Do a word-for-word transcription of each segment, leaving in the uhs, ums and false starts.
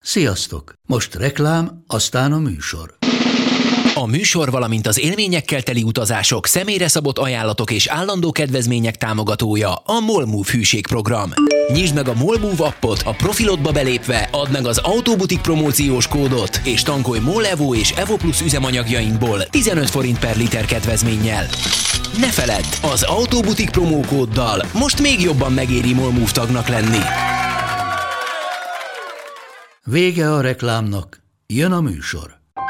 Sziasztok! Most reklám, aztán a műsor. A műsor, valamint az élményekkel teli utazások, személyre szabott ajánlatok és állandó kedvezmények támogatója a Molmove hűségprogram. Nyisd meg a Molmove appot, a profilodba belépve add meg az Autobutik promóciós kódot, és tankolj MOL-Evo és Evo Plus üzemanyagjainkból tizenöt forint per liter kedvezménnyel. Ne feledd, az Autobutik promókóddal most még jobban megéri Molmove tagnak lenni. Vége a reklámnak, jön a műsor.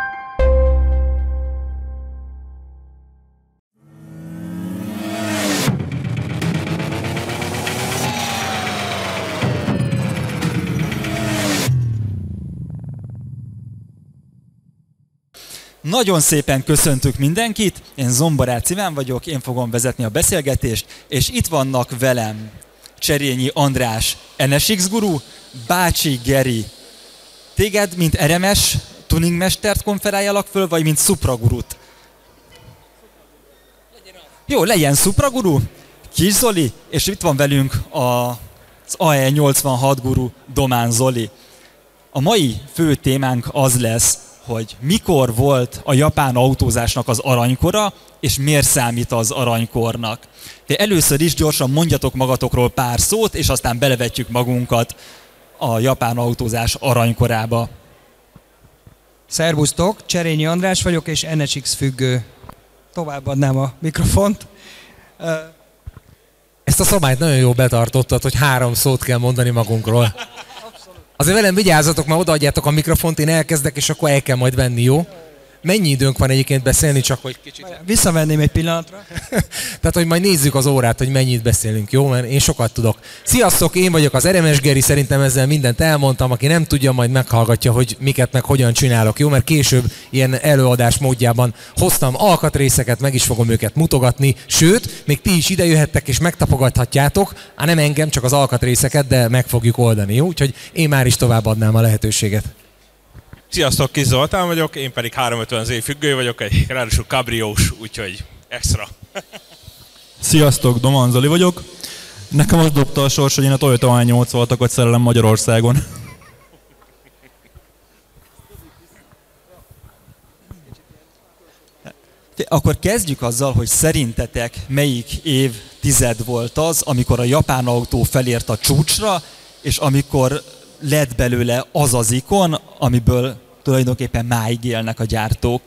Nagyon szépen köszöntök mindenkit, én Zomborácz Iván vagyok, én fogom vezetni a beszélgetést, és itt vannak velem Cserényi András, en es iksz guru, Bácsi Geri. Téged, mint er em es tuningmestert konferáljalak föl, vagy mint szupragurut? Jó, legyen szupraguru, Kis Zoli, és itt van velünk az á e nyolcvanhat guru, Domán Zoli. A mai fő témánk az lesz, hogy mikor volt a japán autózásnak az aranykora, és miért számít az aranykornak. De először is gyorsan mondjatok magatokról pár szót, és aztán belevetjük magunkat a japán autózás aranykorába. Szervusztok, Cserényi András vagyok, és en es iksz függő. Továbbadnám a mikrofont. Ezt a szabályt nagyon jól betartottad, hogy három szót kell mondani magunkról. Azért velem vigyázzatok, mert odaadjátok a mikrofont, én elkezdek, és akkor el kell majd venni, jó? Mennyi időnk van egyébként beszélni, csak hogy kicsit... Visszavenném egy pillanatra. Tehát, hogy majd nézzük az órát, hogy mennyit beszélünk, jó? Mert én sokat tudok. Sziasztok, én vagyok az er em es Geri, szerintem ezzel mindent elmondtam, aki nem tudja, majd meghallgatja, hogy miket meg hogyan csinálok, jó? Mert később ilyen előadás módjában hoztam alkatrészeket, meg is fogom őket mutogatni, sőt, még ti is idejöhettek és megtapogathatjátok, á nem engem, csak az alkatrészeket, de meg fogjuk oldani, jó? Úgyhogy én már is továbbadnám a lehetőséget. Sziasztok, Kis Zoltán vagyok, én pedig háromszázötven zé függő vagyok, egy ráadásul kabriós, úgyhogy extra. Sziasztok, Domán Zoli vagyok. Nekem azt dobta a sors, hogy én a Toyota á nyolcvanhatokat szerelem Magyarországon. Akkor kezdjük azzal, hogy szerintetek melyik évtized volt az, amikor a japán autó felért a csúcsra, és amikor lett belőle az az ikon, amiből tulajdonképpen máig élnek a gyártók.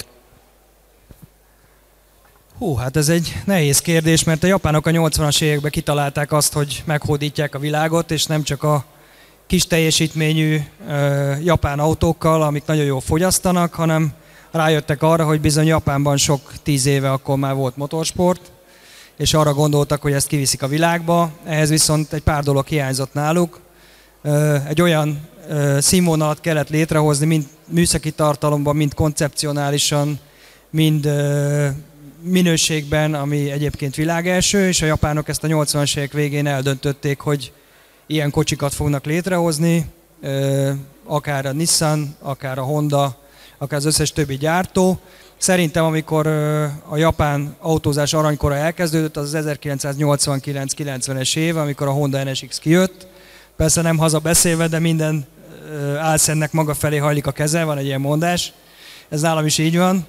Hú, hát ez egy nehéz kérdés, mert a japánok a nyolcvanas években kitalálták azt, hogy meghódítják a világot, és nem csak a kis teljesítményű ö, japán autókkal, amik nagyon jól fogyasztanak, hanem rájöttek arra, hogy bizony Japánban sok tíz éve akkor már volt motorsport, és arra gondoltak, hogy ezt kiviszik a világba. Ehhez viszont egy pár dolog hiányzott náluk. Egy olyan színvonalat kellett létrehozni, mind műszaki tartalomban, mind koncepcionálisan, mind minőségben, ami egyébként világelső, és a japánok ezt a nyolcvanas évek végén eldöntötték, hogy ilyen kocsikat fognak létrehozni, akár a Nissan, akár a Honda, akár az összes többi gyártó. Szerintem, amikor a japán autózás aranykora elkezdődött, az az ezerkilencszáznyolcvankilenc kilencvenes év, amikor a Honda en es iksz kijött. Persze nem haza beszélve, de minden álszennek maga felé hajlik a keze, van egy ilyen mondás. Ez nálam is így van.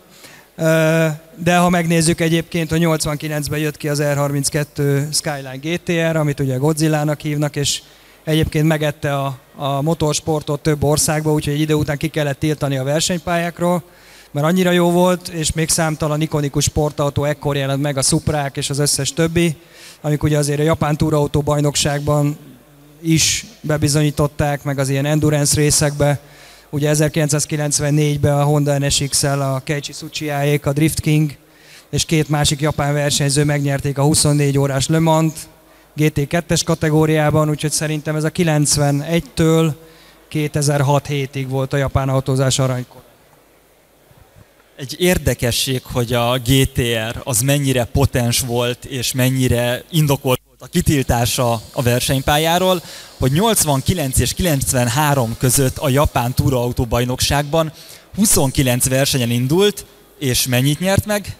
De ha megnézzük egyébként, hogy nyolcvankilencben jött ki az er harminckettő Skyline gé té er, amit ugye Godzillának hívnak, és egyébként megette a, a motorsportot több országba, úgyhogy egy idő után ki kellett tiltani a versenypályákról, mert annyira jó volt, és még számtalan ikonikus sportautó ekkor jelent meg, a Suprák és az összes többi, amik ugye azért a japán túrautó bajnokságban is bebizonyították, meg az ilyen endurance részekbe. Ugye ezerkilencszázkilencvennégyben a Honda en es iksz-el a Keiichi Tsuchiyaék, a Drift King, és két másik japán versenyző megnyerték a huszonnégy órás Le Mans-t gé té kettes kategóriában, úgyhogy szerintem ez a kilencvenegytől kétezer-hat hétig volt a japán autózás aranykor. Egy érdekesség, hogy a gé té er az mennyire potens volt, és mennyire indokolt volt a kitiltása a versenypályáról, hogy nyolcvankilenc és kilencvenhárom között a japán túraautóbajnokságban huszonkilenc versenyen indult, és mennyit nyert meg?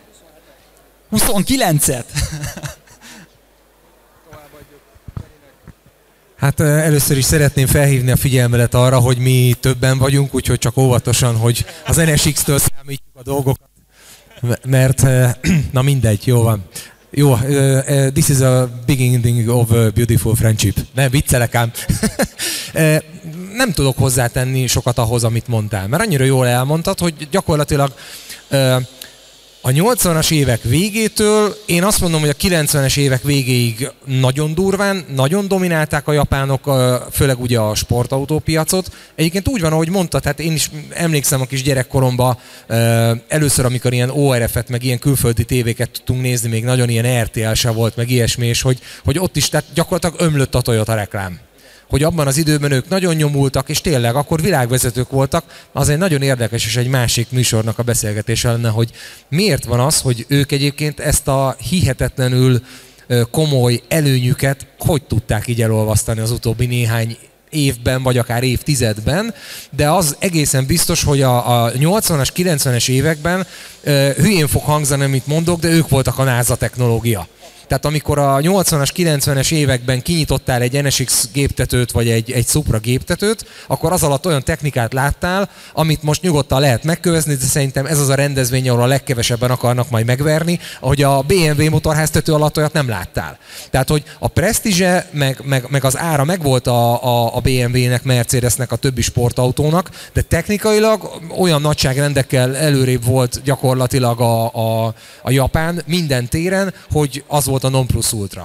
huszonkilencet! Hát először is szeretném felhívni a figyelmet arra, hogy mi többen vagyunk, úgyhogy csak óvatosan, hogy az en es iksz-től számítjuk a dolgokat, mert na mindegy, jó van. Jó, uh, uh, this is a beginning of a beautiful friendship. Nem, viccelek ám. uh, nem tudok hozzátenni sokat ahhoz, amit mondtál, mert annyira jól elmondtad, hogy gyakorlatilag uh, a nyolcvanas évek végétől, én azt mondom, hogy a kilencvenes évek végéig nagyon durván, nagyon dominálták a japánok, főleg ugye a sportautópiacot. Egyébként úgy van, ahogy mondtad, hát én is emlékszem a kis gyerekkoromban, először, amikor ilyen o er ef-et, meg ilyen külföldi tévéket tudtunk nézni, még nagyon ilyen er té el se volt, meg ilyesmi, és hogy, hogy ott is tehát gyakorlatilag ömlött a Toyota reklám. Hogy abban az időben ők nagyon nyomultak, és tényleg akkor világvezetők voltak, az egy nagyon érdekes és egy másik műsornak a beszélgetése lenne, hogy miért van az, hogy ők egyébként ezt a hihetetlenül komoly előnyüket hogy tudták így elolvasztani az utóbbi néhány évben, vagy akár évtizedben, de az egészen biztos, hogy a, a nyolcvanas, kilencvenes években hülyén fog hangzani, amit mondok, de ők voltak a NASA technológia. Tehát amikor a nyolcvanas, kilencvenes években kinyitottál egy en es iksz géptetőt, vagy egy, egy Supra géptetőt, akkor az alatt olyan technikát láttál, amit most nyugodtan lehet megkövezni, de szerintem ez az a rendezvény, ahol a legkevesebben akarnak majd megverni, ahogy a bé em vé motorháztető alatt olyat nem láttál. Tehát, hogy a presztízse, meg, meg, meg az ára megvolt a, a, a bé em vé-nek, Mercedesnek, a többi sportautónak, de technikailag olyan nagyságrendekkel előrébb volt gyakorlatilag a, a, a Japán minden téren, hogy az volt a non plus ultra.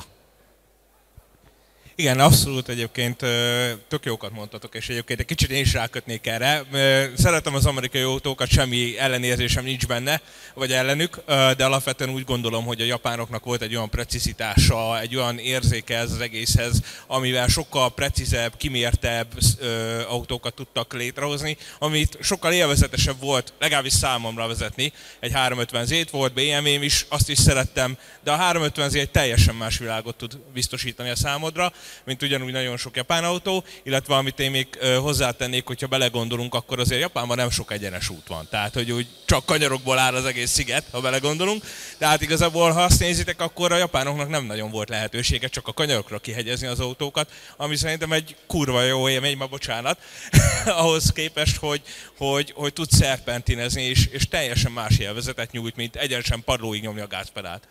Igen, abszolút egyébként tök jókat mondtatok, és egyébként egy kicsit én is rákötnék erre. Szeretem az amerikai autókat, semmi ellenérzésem nincs benne, vagy ellenük, de alapvetően úgy gondolom, hogy a japánoknak volt egy olyan precizitása, egy olyan érzéke ez az egészhez, amivel sokkal precízebb, kimértebb autókat tudtak létrehozni, amit sokkal élvezetesebb volt, legalábbis számomra vezetni. Egy háromszázötven zét volt, bé em vém is, azt is szerettem, de a háromszázötven zé egy teljesen más világot tud biztosítani a számodra, mint ugyanúgy nagyon sok japán autó, illetve amit én még hozzátennék, hogyha belegondolunk, akkor azért Japánban nem sok egyenes út van. Tehát, hogy úgy csak kanyarokból áll az egész sziget, ha belegondolunk. Tehát igazából, ha azt nézitek, akkor a japánoknak nem nagyon volt lehetősége csak a kanyarokra kihegyezni az autókat, ami szerintem egy kurva jó élmény, ma bocsánat, ahhoz képest, hogy, hogy, hogy tudsz szerpentinezni, és, és teljesen más élvezetet nyújt, mint egyenesen padlóig nyomni a gázpedált.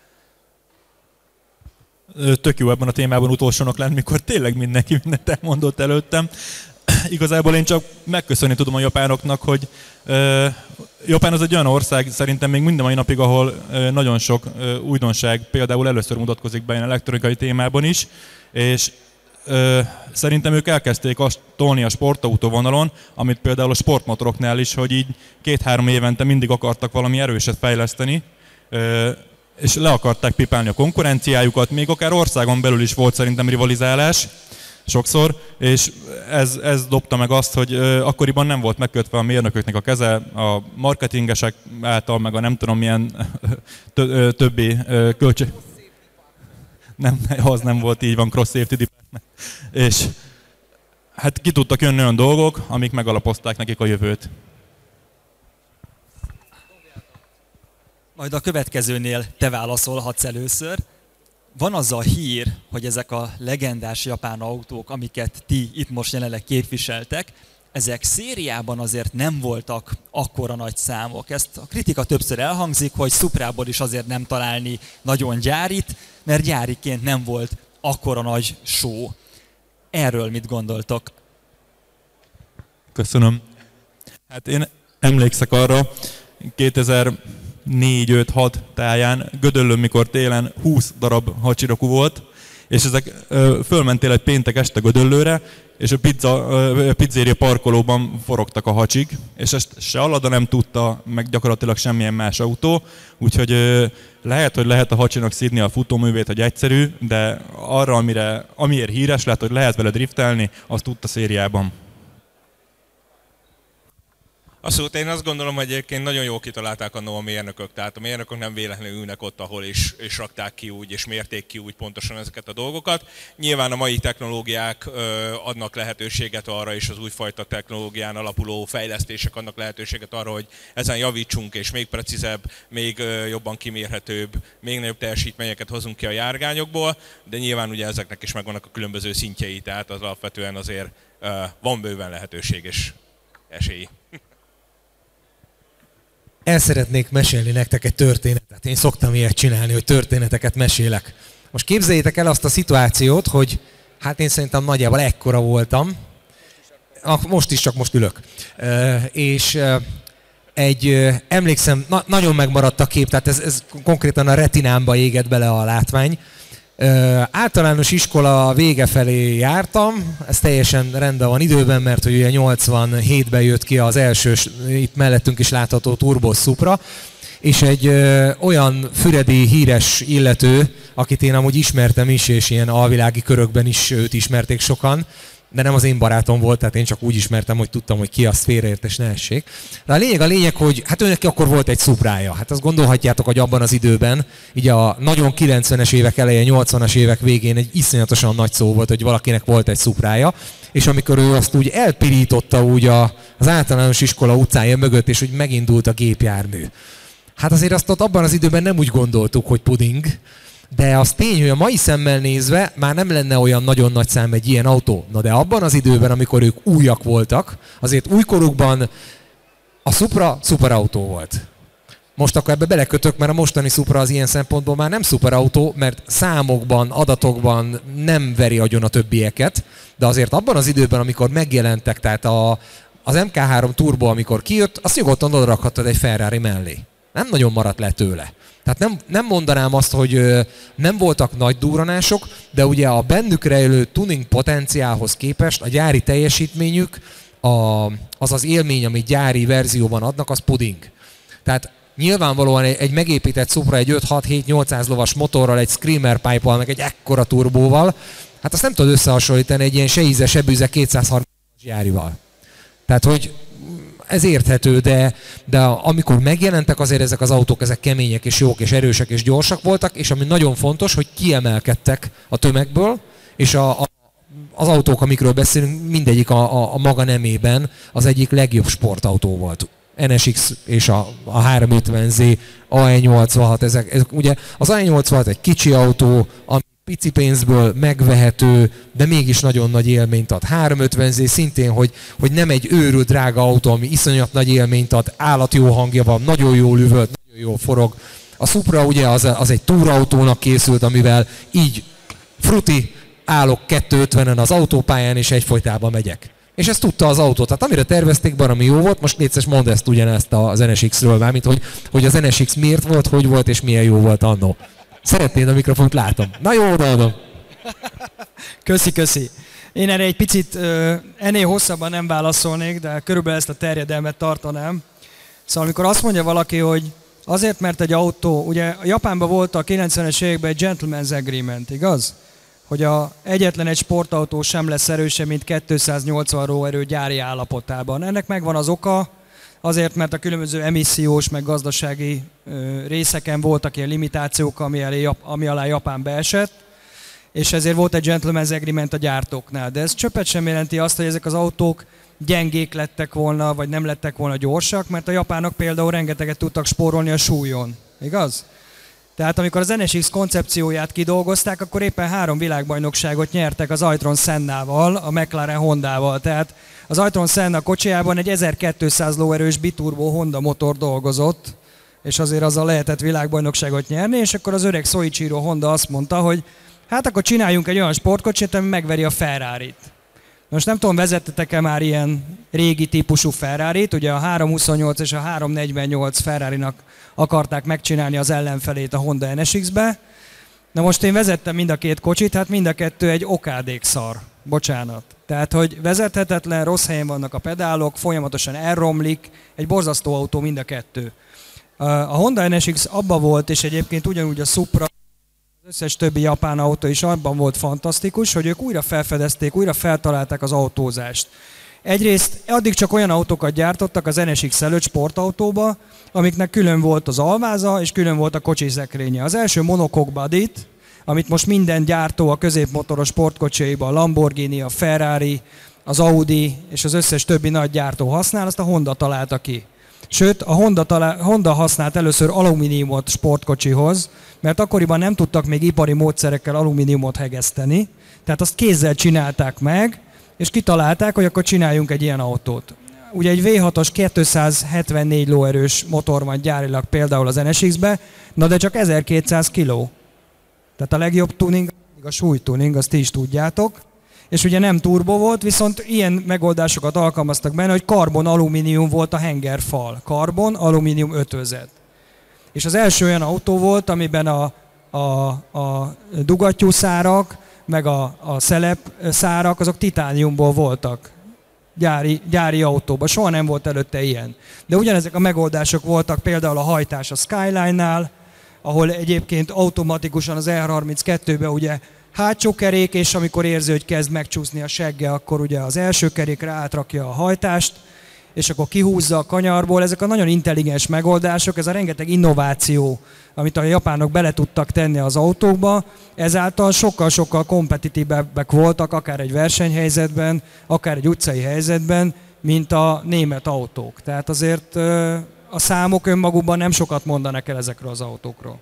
Tök jó ebben a témában utolsónak lenni, mikor tényleg mindenki mindent elmondott előttem. Igazából én csak megköszönni tudom a japánoknak, hogy uh, Japán az egy olyan ország, szerintem még minden mai napig, ahol uh, nagyon sok uh, újdonság például először mutatkozik be ilyen elektronikai témában is, és uh, szerintem ők elkezdték azt tolni a sportautó vonalon, amit például a sportmotoroknál is, hogy így két-három évente mindig akartak valami erőset fejleszteni, uh, és le akarták pipálni a konkurenciájukat, még akár országon belül is volt szerintem rivalizálás sokszor, és ez, ez dobta meg azt, hogy akkoriban nem volt megkötve a mérnököknek a keze, a marketingesek által, meg a nem tudom milyen többi költség. Nem, az nem volt így, van cross safety department. És hát ki tudtak jönni olyan dolgok, amik megalapozták nekik a jövőt. Majd a következőnél te válaszolhatsz először. Van az a hír, hogy ezek a legendás japán autók, amiket ti itt most jelenleg képviseltek, ezek szériában azért nem voltak akkora nagy számok. Ezt a kritika többször elhangzik, hogy Suprából is azért nem találni nagyon gyárit, mert gyáriként nem volt akkora nagy show. Erről mit gondoltok? Köszönöm. Hát én emlékszek arra, kétezer-négy öt hat táján Gödöllőn, mikor télen húsz darab hacsiroku volt, és ezek ö, fölmentél egy péntek este Gödöllőre, és a pizza, ö, pizzéria parkolóban forogtak a hacsig, és ezt se Alada nem tudta, meg gyakorlatilag semmilyen más autó, úgyhogy ö, lehet, hogy lehet a hacsinak szídni a futóművét, hogy egyszerű, de arra, amire, amiért híres lehet, hogy lehet vele driftelni, azt tudta szériában. Abszolút, én azt gondolom, hogy egyébként nagyon jól kitalálták annó a mérnökök, tehát a mérnökök nem véletlenül ülnek ott, ahol is, és rakták ki úgy, és mérték ki úgy pontosan ezeket a dolgokat. Nyilván a mai technológiák adnak lehetőséget arra, és az újfajta technológián alapuló fejlesztések adnak lehetőséget arra, hogy ezen javítsunk, és még precízebb, még jobban kimérhetőbb, még nagyobb teljesítményeket hozunk ki a járgányokból, de nyilván ugye ezeknek is megvannak a különböző szintjei, tehát az alapvetően azért van bőven lehetőség és esély. El szeretnék mesélni nektek egy történetet. Én szoktam ilyet csinálni, hogy történeteket mesélek. Most képzeljétek el azt a szituációt, hogy hát én szerintem nagyjából ekkora voltam. Most is, csak most ülök. És egy, emlékszem, na, nagyon megmaradt a kép, tehát ez, ez konkrétan a retinámba égett bele a látvány. Ö, általános iskola vége felé jártam, ez teljesen rendben van időben, mert hogy ugye nyolcvanhétben jött ki az első, itt mellettünk is látható Turbo Supra, és egy ö, olyan füredi híres illető, akit én amúgy ismertem is, és ilyen alvilági körökben is őt ismerték sokan, de nem az én barátom volt, tehát én csak úgy ismertem, hogy tudtam, hogy ki, azt félreértés ne essék. De a lényeg a lényeg, hogy hát őnek akkor volt egy Suprája. Hát azt gondolhatjátok, hogy abban az időben, így a nagyon kilencvenes évek eleje, nyolcvanas évek végén egy iszonyatosan nagy szó volt, hogy valakinek volt egy Suprája, és amikor ő azt úgy elpirította úgy a, az általános iskola utcája mögött, és úgy megindult a gépjármű. Hát azért azt ott abban az időben nem úgy gondoltuk, hogy puding, de az tény, hogy a mai szemmel nézve már nem lenne olyan nagyon nagy szám egy ilyen autó. Na de abban az időben, amikor ők újak voltak, azért újkorukban a Supra szuperautó volt. Most akkor ebbe belekötök, mert a mostani Supra az ilyen szempontból már nem szuperautó, mert számokban, adatokban nem veri agyon a többieket, de azért abban az időben, amikor megjelentek, tehát a, az em ká három Turbo, amikor kijött, azt nyugodtan odarakhattad egy Ferrari mellé. Nem nagyon maradt le tőle. Tehát nem, nem mondanám azt, hogy ö, nem voltak nagy durranások, de ugye a bennük rejlő tuning potenciálhoz képest a gyári teljesítményük, a, az az élmény, amit gyári verzióban adnak, az puding. Tehát nyilvánvalóan egy, egy megépített Supra egy öt-hat-hét-nyolcszáz lovas motorral, egy screamer pipe-val, meg egy ekkora turbóval, hát azt nem tudod összehasonlítani egy ilyen se íze, se bűze kétszázharminc gyárival. Tehát, hogy ez érthető, de, de amikor megjelentek azért ezek az autók, ezek kemények és jók és erősek és gyorsak voltak, és ami nagyon fontos, hogy kiemelkedtek a tömegből, és a, a, az autók, amikről beszélünk, mindegyik a, a, a maga nemében az egyik legjobb sportautó volt. en es iksz és a, a háromszázötven zé, á e nyolcvanhat, ezek, ezek, ugye az á e nyolcvanhat egy kicsi autó, ami pici pénzből megvehető, de mégis nagyon nagy élményt ad. háromszázötven zé szintén, hogy, hogy nem egy őrült drága autó, ami iszonyat nagy élményt ad, állat jó hangja van, nagyon jól üvölt, nagyon jól forog. A Supra ugye az, az egy túrautónak készült, amivel így fruti állok kétszázötvenen az autópályán, és egyfolytában megyek. És ezt tudta az autó. Tehát amire tervezték, baromi jó volt, most létszes mondd ezt ugyanezt az en es iksz-ről, mármint hogy, hogy az en es iksz miért volt, hogy volt, és milyen jó volt annó. Szeretnéd a mikrofont, látom. Na jó, odaadom. Köszi, köszi. Én erre egy picit ennél hosszabban nem válaszolnék, de körülbelül ezt a terjedelmet tartanám. Szóval amikor azt mondja valaki, hogy azért, mert egy autó, ugye a Japánban volt a kilencvenes években egy gentleman's agreement, igaz? Hogy a, egyetlen egy sportautó sem lesz erősebb, mint kétszáznyolcvan lóerő gyári állapotában. Ennek megvan az oka, azért, mert a különböző emissziós, meg gazdasági ö, részeken voltak ilyen limitációk, ami, elé, ami alá Japán beesett, és ezért volt egy gentleman's agreement a gyártóknál. De ez csöppet sem jelenti azt, hogy ezek az autók gyengék lettek volna, vagy nem lettek volna gyorsak, mert a japánok például rengeteget tudtak spórolni a súlyon. Igaz? Tehát amikor az en es iksz koncepcióját kidolgozták, akkor éppen három világbajnokságot nyertek az Aitron Sennával, a McLaren Hondával. Tehát az Aitron Senna kocsijában egy ezerkétszáz lóerős biturbo Honda motor dolgozott, és azért azzal lehetett világbajnokságot nyerni, és akkor az öreg Soichiro Honda azt mondta, hogy hát akkor csináljunk egy olyan sportkocsit, ami megveri a Ferrarit. Most nem tudom, vezettetek-e már ilyen régi típusú Ferrarit, ugye a háromszázhuszonnyolc és a háromszáznegyvennyolc Ferrarinak akarták megcsinálni az ellenfelét a Honda en es iksz-be. Na most én vezettem mind a két kocsit, hát mind a kettő egy okádék szar. Bocsánat. Tehát, hogy vezethetetlen, rossz helyen vannak a pedálok, folyamatosan elromlik, egy borzasztó autó mind a kettő. A Honda en es iksz abba volt, és egyébként ugyanúgy a Supra, az összes többi japán autó is abban volt fantasztikus, hogy ők újra felfedezték, újra feltalálták az autózást. Egyrészt addig csak olyan autókat gyártottak az en es iksz előtt sportautóba, amiknek külön volt az alváza és külön volt a kocsi szekrénye. Az első monocoque bodyt, amit most minden gyártó a középmotoros sportkocsijaiban, a Lamborghini, a Ferrari, az Audi és az összes többi nagy gyártó használ, azt a Honda találta ki. Sőt, a Honda, talál, Honda használt először alumíniumot sportkocsihoz, mert akkoriban nem tudtak még ipari módszerekkel alumíniumot hegeszteni, tehát azt kézzel csinálták meg, és kitalálták, hogy akkor csináljunk egy ilyen autót. Ugye egy vé hatos kétszázhetvennégy lóerős motor van gyárilag például az en es iksz-be, na de csak ezerkétszáz kiló. Tehát a legjobb tuning, a súlytuning, azt ti is tudjátok. És ugye nem turbo volt, viszont ilyen megoldásokat alkalmaztak benne, hogy karbon-alumínium volt a hengerfal. Karbon-alumínium ötvözet. És az első olyan autó volt, amiben a, a, a dugattyúszárak, meg a, a szelepszárak, azok titániumból voltak. Gyári, gyári autóban. Soha nem volt előtte ilyen. De ugyanezek a megoldások voltak például a hajtás a Skyline-nál, ahol egyébként automatikusan az er harminckettőben ugye hátsó kerék, és amikor érzi, hogy kezd megcsúszni a segge, akkor ugye az első kerékre átrakja a hajtást, és akkor kihúzza a kanyarból. Ezek a nagyon intelligens megoldások, ez a rengeteg innováció, amit a japánok bele tudtak tenni az autókba, ezáltal sokkal-sokkal kompetitívebbek voltak, akár egy versenyhelyzetben, akár egy utcai helyzetben, mint a német autók. Tehát azért a számok önmagukban nem sokat mondanak el ezekről az autókról.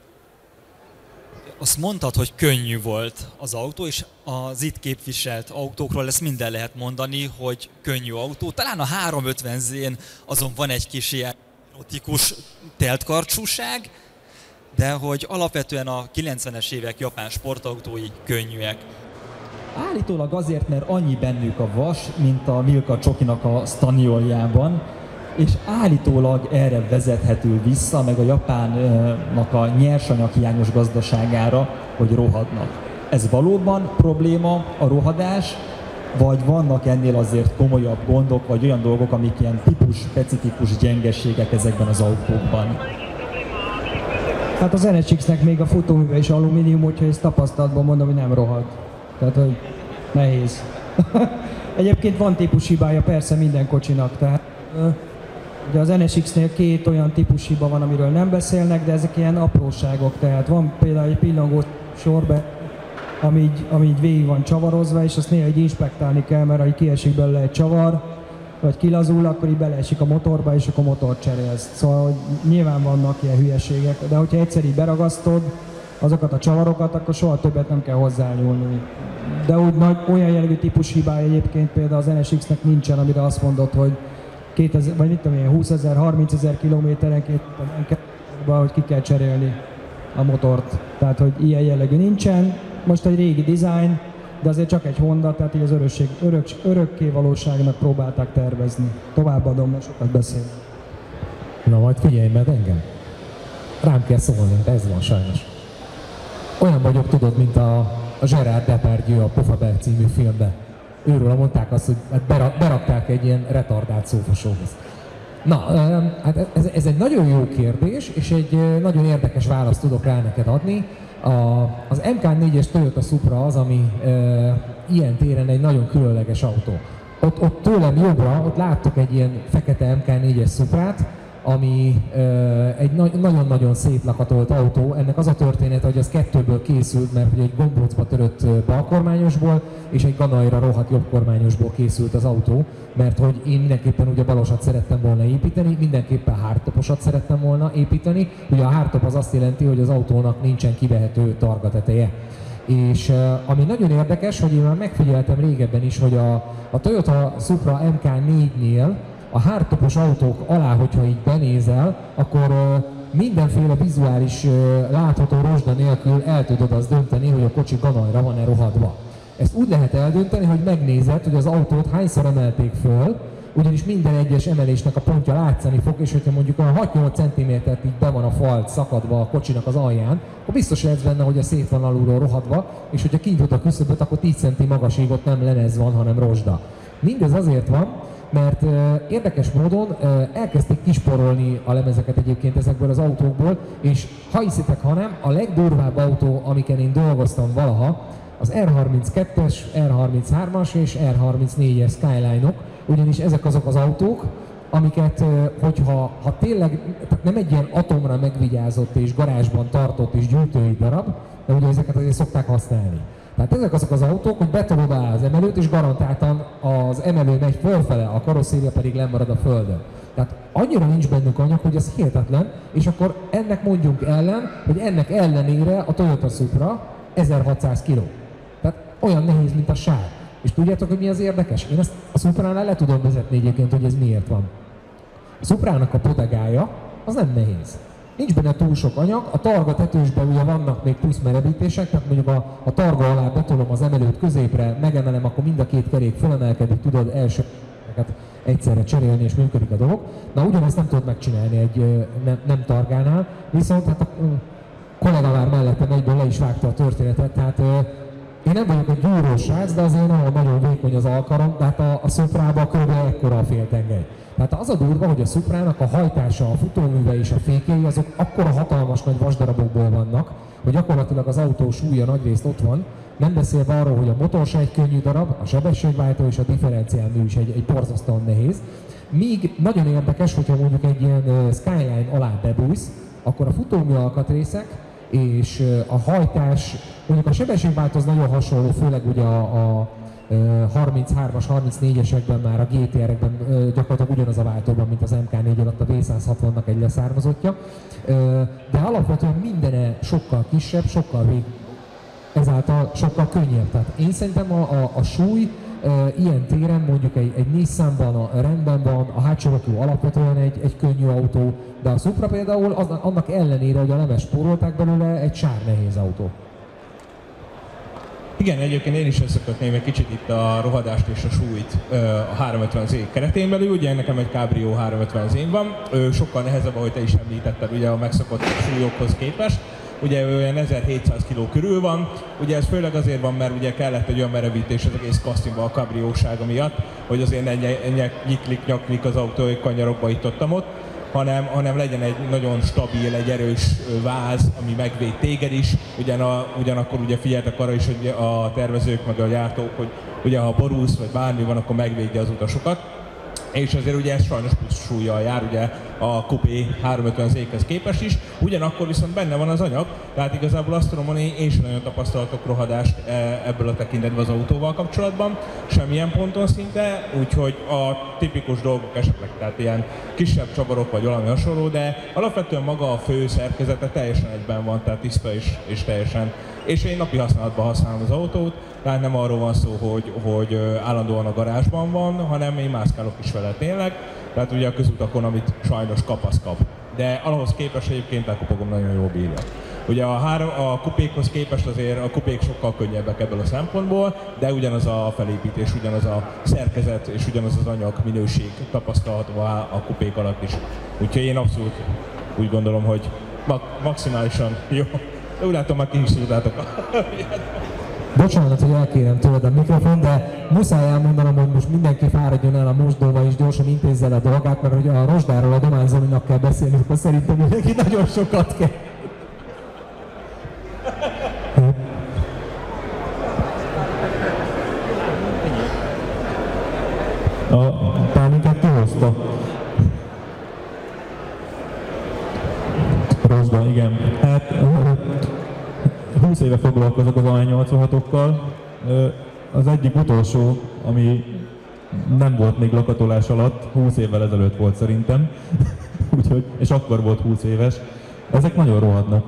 Azt mondtad, hogy könnyű volt az autó, és az itt képviselt autókról ezt minden lehet mondani, hogy könnyű autó. Talán a háromszázötven zén azon van egy kis ilyen erotikus teltkarcsúság, de hogy alapvetően a kilencvenes évek japán sportautói könnyűek. Állítólag azért, mert annyi bennük a vas, mint a Milka Csokinak a Stanioljában, és állítólag erre vezethető vissza, meg a Japánnak a nyersanyaghiányos gazdaságára, hogy rohadnak. Ez valóban probléma, a rohadás, vagy vannak ennél azért komolyabb gondok, vagy olyan dolgok, amik ilyen típus-specifikus gyengeségek ezekben az autókban? Hát az en es iksz-nek még a futóműve is alumínium, úgyhogy ezt tapasztalatban mondom, hogy nem rohad. Tehát, hogy nehéz. Egyébként van típushibája persze minden kocsinak, tehát ugye az en es iksz-nél két olyan típushiba van, amiről nem beszélnek, de ezek ilyen apróságok, tehát van például egy pillangó sorbe, ami így, ami így végig van csavarozva, és azt néha így inspektálni kell, mert ha kiesik belőle egy csavar, vagy kilazul, akkor így beleesik a motorba, és akkor motort cserélsz. Szóval hogy nyilván vannak ilyen hülyeségek, de hogyha egyszer így beragasztod azokat a csavarokat, akkor soha többet nem kell hozzányúlni. De úgy nagy, olyan jellegű típus hibája egyébként például az en es iksz-nek nincsen, amire azt mondod, hogy kétezer, vagy mit tudom én, húszezer, harmincezer kilométerenként, hogy ki kell cserélni a motort. Tehát, hogy ilyen jellegű nincsen. Most egy régi design, de azért csak egy Honda, tehát így az örökség, örök, örökké valóságnak próbálták tervezni. Továbbadom, mert sokat beszél. Na majd figyelj meg engem. Rám kell szólni, de ez van sajnos. Olyan vagyok, tudod, mint a, a Gerard Depardieu a Pofabel című filmben. Őről mondták azt, hogy hát berakták egy ilyen retardált szófosóhoz. Na, hát ez, ez egy nagyon jó kérdés, és egy nagyon érdekes választ tudok rá neked adni. A, az em ká négyes Toyota Supra az, ami e, ilyen téren egy nagyon különleges autó. Ott, ott tőlem jobbra, ott láttok egy ilyen fekete em ká négyes Suprát, ami e, egy na- nagyon-nagyon szép lakatolt autó. Ennek az a történet, hogy az kettőből készült, mert egy gombócba törött balkormányosból és egy ganajra rohadt jobbkormányosból készült az autó, mert hogy én mindenképpen ugye balosat szerettem volna építeni, mindenképpen hardtoposat szerettem volna építeni. Ugye a hardtop az azt jelenti, hogy az autónak nincsen kivehető targa teteje. És uh, ami nagyon érdekes, hogy én már megfigyeltem régebben is, hogy a, a Toyota Supra em ká négynél a hardtopos autók alá, hogyha így benézel, akkor uh, mindenféle vizuális uh, látható rozsda nélkül el tudod azt dönteni, hogy a kocsi ganajra van-e rohadva. Ezt úgy lehet eldönteni, hogy megnézed, hogy az autót hányszor emelték föl, ugyanis minden egyes emelésnek a pontja látszani fog, és hogyha mondjuk a hat-nyolc centimétert így be van a fal szakadva a kocsinak az alján, akkor biztos lehetsz benne, hogy a szét van alulról rohadva, és hogyha kint a küszöböt, akkor tíz centi magasig ott nem lemez van, hanem rozsda. Mindez azért van, mert uh, érdekes módon uh, elkezdték kisporolni a lemezeket egyébként ezekből az autókból, és ha hiszitek, ha nem, a legdurvább autó, amiken én dolgoztam valaha, az er harminckettes, er harminchármas és er harmincnégyes Skyline-ok, ugyanis ezek azok az autók, amiket, hogyha ha tényleg, tehát nem egy ilyen atomra megvigyázott és garázsban tartott és gyűjtői darab, de ugye ezeket azért szokták használni. Tehát ezek azok az autók, hogy betolod alá az emelőt, és garantáltan az emelő megy fölfele, a karosszéria pedig lemarad a földön. Tehát annyira nincs bennük anyag, hogy ez hihetetlen, és akkor ennek mondjunk ellen, hogy ennek ellenére a Toyota Supra ezerhatszáz kiló. Tehát olyan nehéz, mint a sár. És tudjátok, hogy mi az érdekes? Én ezt a Supránál le tudom vezetni egyébként, hogy ez miért van. A Suprának a podegája az nem nehéz. Nincs benne túl sok anyag, a targa tetősben ugye vannak még plusz meredítések, tehát mondjuk a, a targa alá betolom az emelőt középre, megemelem, akkor mind a két kerék fölemelkedik, tudod első egyszerre cserélni és működik a dolog. Na ugyanezt nem tudod megcsinálni egy nem, nem targánál, viszont hát a kollega már mellettem egyből le is vágta a történetet, tehát én nem vagyok egy gyúrós srác, de azért nagyon, nagyon vékony az alkarom, de hát a, a Suprában körülbelül ekkora a féltengely. Tehát az a durva, hogy a Suprának a hajtása, a futóműve és a fékei azok akkora hatalmas nagy vasdarabokból vannak, hogy gyakorlatilag az autó súlya nagyrészt ott van, nem beszélve arról, hogy a motor se egy könnyű darab, a sebességváltó és a differenciálmű is egy, egy borzasztóan nehéz. Míg nagyon érdekes, hogyha mondjuk egy ilyen Skyline alá bebújsz, akkor a futómű alkatrészek és a hajtás, mondjuk a sebességváltó az nagyon hasonló, főleg ugye a, a harminchármas, harmincnégyesekben már a gé té er-ekben gyakorlatilag ugyanaz a váltóban, mint az em ká négy alatt a vé száz hatvannak egy leszármazottja. De alapvetően mindene sokkal kisebb, sokkal vég, ezáltal sokkal könnyebb. Tehát én szerintem a, a, a súly ilyen téren mondjuk egy, egy Nissanban a rendben van, a hátsó alapvetően egy, egy könnyű autó, de a Supra például az, annak ellenére, hogy a lemes spórolták belőle, egy sár nehéz autó. Igen, egyébként én is összekötném egy kicsit itt a rohadást és a súlyt a háromszázötven zé keretén belül. Ugye nekem egy Cabrio háromszázötven zén van, sokkal nehezebb, ahogy te is említetted, ugye a megszokott súlyokhoz képest. Ugye olyan ezerhétszáz kiló körül van, ugye ez főleg azért van, mert ugye kellett egy olyan merevítés az egész kasztimba a kabriósága miatt, hogy azért ne nyiklik, nyaklik az autó, hogy kanyarokba itt ott, hanem, hanem legyen egy nagyon stabil, egy erős váz, ami megvéd téged is. Ugyan, ugyanakkor ugye figyeltek arra is, hogy a tervezők meg a gyártók, hogy ugye ha borulsz vagy bármi van, akkor megvédje az utasokat. És azért ugye ez sajnos plusz súllyal jár ugye a Coupé háromszázötven zéhez képest is, ugyanakkor viszont benne van az anyag, tehát igazából azt tudom mondani, én sem nagyon tapasztalatok rohadást ebből a tekintetben az autóval kapcsolatban, semmilyen ponton szinte, úgyhogy a tipikus dolgok esetleg, tehát ilyen kisebb csavarok vagy valami hasonló, de alapvetően maga a fő szerkezete teljesen egyben van, tehát tiszta és, és teljesen. És én napi használatban használom az autót, tehát nem arról van szó, hogy, hogy állandóan a garázsban van, hanem én mászkálok is vele tényleg. Tehát ugye a közutakon, amit sajnos kap, az kap. De ahhoz képest egyébként a kupogom nagyon jól bírja. Ugye a, három, a kupékhoz képest azért a kupék sokkal könnyebbek ebből a szempontból, de ugyanaz a felépítés, ugyanaz a szerkezet és ugyanaz az anyag minőség tapasztalható a kupék alatt is. Úgyhogy én abszolút úgy gondolom, hogy maximálisan jó. De úgy látom, már ki is szúrtátok. Bocsánat, hogy elkérem tőled a mikrofon, de muszáj elmondanom, hogy most mindenki fáradjon el a mosdóba és gyorsan intézze el a dolgát, mert hogy a rozsdáról a Domán Zolinak kell beszélni, akkor szerintem mindenki nagyon sokat kell. A pálinkát kihozta. Rozsda, igen. Hát húsz éve foglalkozok az á e nyolcvanhatokkal. Az egyik utolsó, ami nem volt még lakatolás alatt, húsz évvel ezelőtt volt szerintem, úgyhogy, és akkor volt húsz éves. Ezek nagyon rohadnak.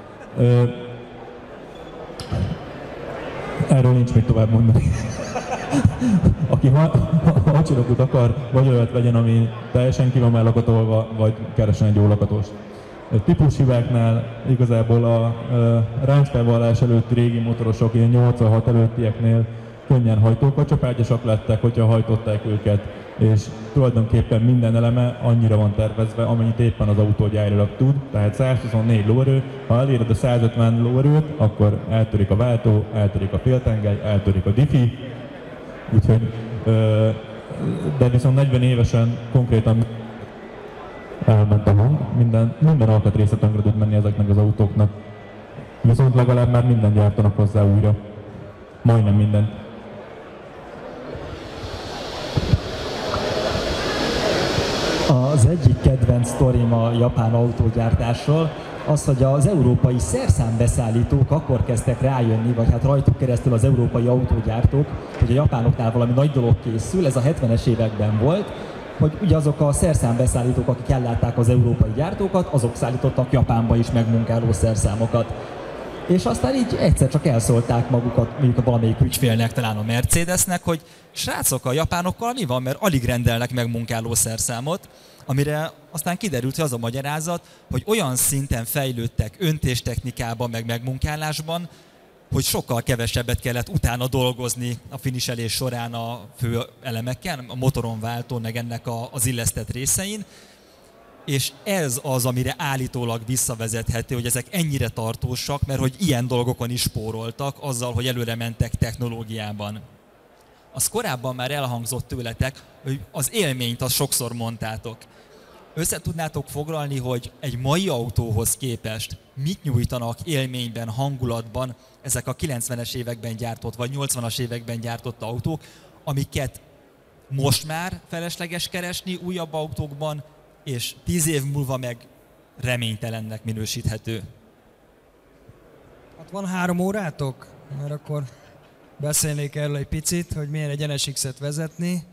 Erről nincs mit tovább mondani. Aki hacsirogot akar, vagy olyat vegyen, ami teljesen ki van már lakatolva, vagy keresen egy jó lakatost. Típushibáknál igazából a, a ráncfelvallás előtti régi motorosok, ilyen nyolcvanhat előttieknél könnyen hajtókacsapágyasak lettek, hogyha hajtották őket, és tulajdonképpen minden eleme annyira van tervezve, amennyit éppen az autó gyárilag tud, tehát százhuszonnégy lóerő, ha eléred a százötven lóerőt, akkor eltörik a váltó, eltörik a féltengely, eltörik a diffi, úgyhogy, de viszont negyven évesen konkrétan elment a hang, minden, minden alkatrésze tönkre tud menni ezeknek az autóknak. Viszont legalább már minden gyártanak hozzá újra. majdnem mindent. Az egyik kedvenc sztorim a japán autógyártásról az, hogy az európai szerszámbeszállítók akkor kezdtek rájönni, vagy hát rajtuk keresztül az európai autógyártók, hogy a japánoknál valami nagy dolog készül, ez a hetvenes években volt, hogy ugye azok a szerszámbeszállítók, akik ellátták az európai gyártókat, azok szállítottak Japánba is megmunkáló szerszámokat. És aztán így egyszer csak elszólták magukat, mondjuk a valamelyik ügyfélnek, talán a Mercedesnek, hogy srácok, a japánokkal mi van, mert alig rendelnek meg munkáló szerszámot, amire aztán kiderült, hogy az a magyarázat, hogy olyan szinten fejlődtek öntéstechnikában, meg megmunkálásban, hogy sokkal kevesebbet kellett utána dolgozni a finiselés során a fő elemekkel, a motoron váltón, meg ennek a, az illesztett részein, és ez az, amire állítólag visszavezethető, hogy ezek ennyire tartósak, mert hogy ilyen dolgokon is spóroltak azzal, hogy előre mentek technológiában. Az korábban már elhangzott tőletek, hogy az élményt azt sokszor mondtátok. Össze tudnátok foglalni, hogy egy mai autóhoz képest mit nyújtanak élményben, hangulatban ezek a kilencvenes években gyártott, vagy nyolcvanas években gyártott autók, amiket most már felesleges keresni újabb autókban, és tíz év múlva meg reménytelennek minősíthető. Hát van három órátok? Mert akkor beszélnék erről egy picit, hogy milyen egy en es iksz-et vezetni.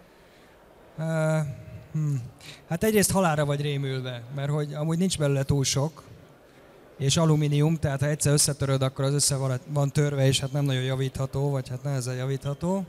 Uh, hmm. Hát egyrészt halálra vagy rémülve, mert hogy amúgy nincs belőle túl sok, és alumínium, tehát ha egyszer összetöröd, akkor az össze van, van törve, és hát nem nagyon javítható, vagy hát nehezen javítható.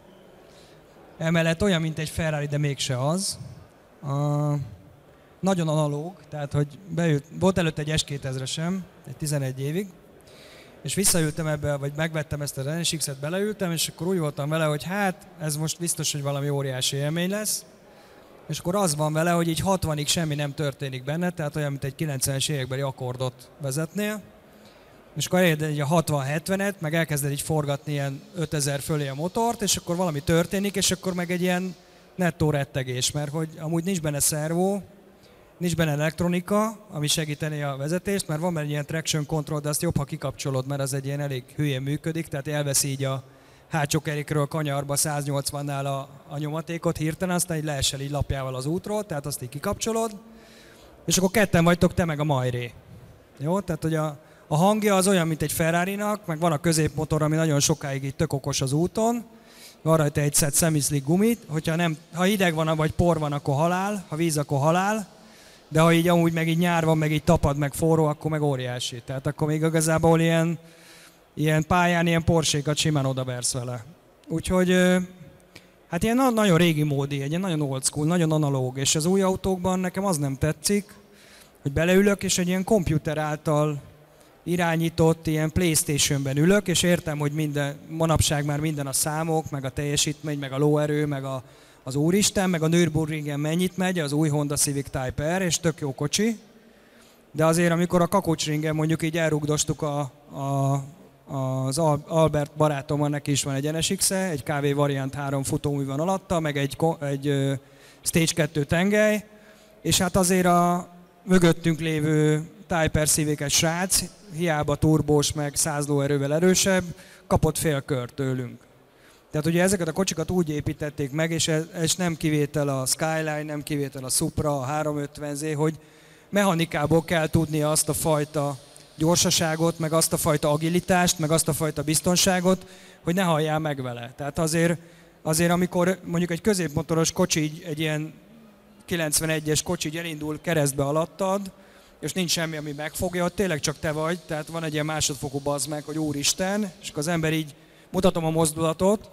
Emellett olyan, mint egy Ferrari, de mégse az. Uh, nagyon analóg, tehát hogy beült, volt előtt egy es kétezresem, egy tizenegy évig, és visszaültem ebbe, vagy megvettem ezt az en es iksz-et, beleültem, és akkor úgy voltam vele, hogy hát ez most biztos, hogy valami óriási élmény lesz, és akkor az van vele, hogy így hatvanig semmi nem történik benne, tehát olyan, mint egy kilencvenes évekbeli akkordot vezetnél, és akkor elérd egy a hatvan-hetvenet, meg elkezded így forgatni ilyen ötezer fölé a motort, és akkor valami történik, és akkor meg egy ilyen nettó rettegés, mert hogy amúgy nincs benne szervó, nincs benne elektronika, ami segíteni a vezetést, mert van benne ilyen traction control, de azt jobb, ha kikapcsolod, mert az egy ilyen elég hülyén működik, tehát elveszi így a hátsó kerékről a kanyarba száznyolcvannál a, a nyomatékot hirtelen, aztán így leesel így lapjával az útról, tehát azt így kikapcsolod, és akkor ketten vagytok, te meg a Majré. Jó? Tehát, hogy a, a hangja az olyan, mint egy Ferrarinak, meg van a középmotor, ami nagyon sokáig így tök okos az úton, van rajta egy szett semi-slick gumit, hogyha nem, ha hideg van, vagy por van, akkor halál, ha víz, akkor halál, de ha így amúgy meg így nyár van, meg így tapad, meg forró, akkor meg óriási. Tehát akkor még igazából ilyen, ilyen pályán, ilyen Porsche-kat simán odaversz vele. Úgyhogy hát ilyen nagyon régi módi, egy ilyen nagyon old school, nagyon analóg, és az új autókban nekem az nem tetszik, hogy beleülök, és egy ilyen komputer által irányított ilyen PlayStation-ben ülök, és értem, hogy minden, manapság már minden a számok, meg a teljesítmény, meg a lóerő, meg a, az úristen, meg a Nürburgringen mennyit megy, az új Honda Civic Type R, és tök jó kocsi. De azért, amikor a Kakocsringen mondjuk így elrugdostuk a, a, az Albert barátommal, neki is van egy en es iksz-e, egy ká vé Variant három futómű van alatta, meg egy, egy uh, Stage kettő tengely, és hát azért a mögöttünk lévő Type R Civic-es srác, hiába turbós, meg száz lóerővel erősebb, kapott fél kört tőlünk. Tehát ugye ezeket a kocsikat úgy építették meg, és ez, ez nem kivétel a Skyline, nem kivétel a Supra, a háromszázötven zé, hogy mechanikából kell tudnia azt a fajta gyorsaságot, meg azt a fajta agilitást, meg azt a fajta biztonságot, hogy ne halljál meg vele. Tehát azért, azért amikor mondjuk egy középmotoros kocsi, egy ilyen kilencvenegyes kocsi elindul keresztbe alattad, és nincs semmi, ami megfogja, ott tényleg csak te vagy, tehát van egy ilyen másodfokú bazd meg, hogy úristen, és akkor az ember így mutatom a mozdulatot,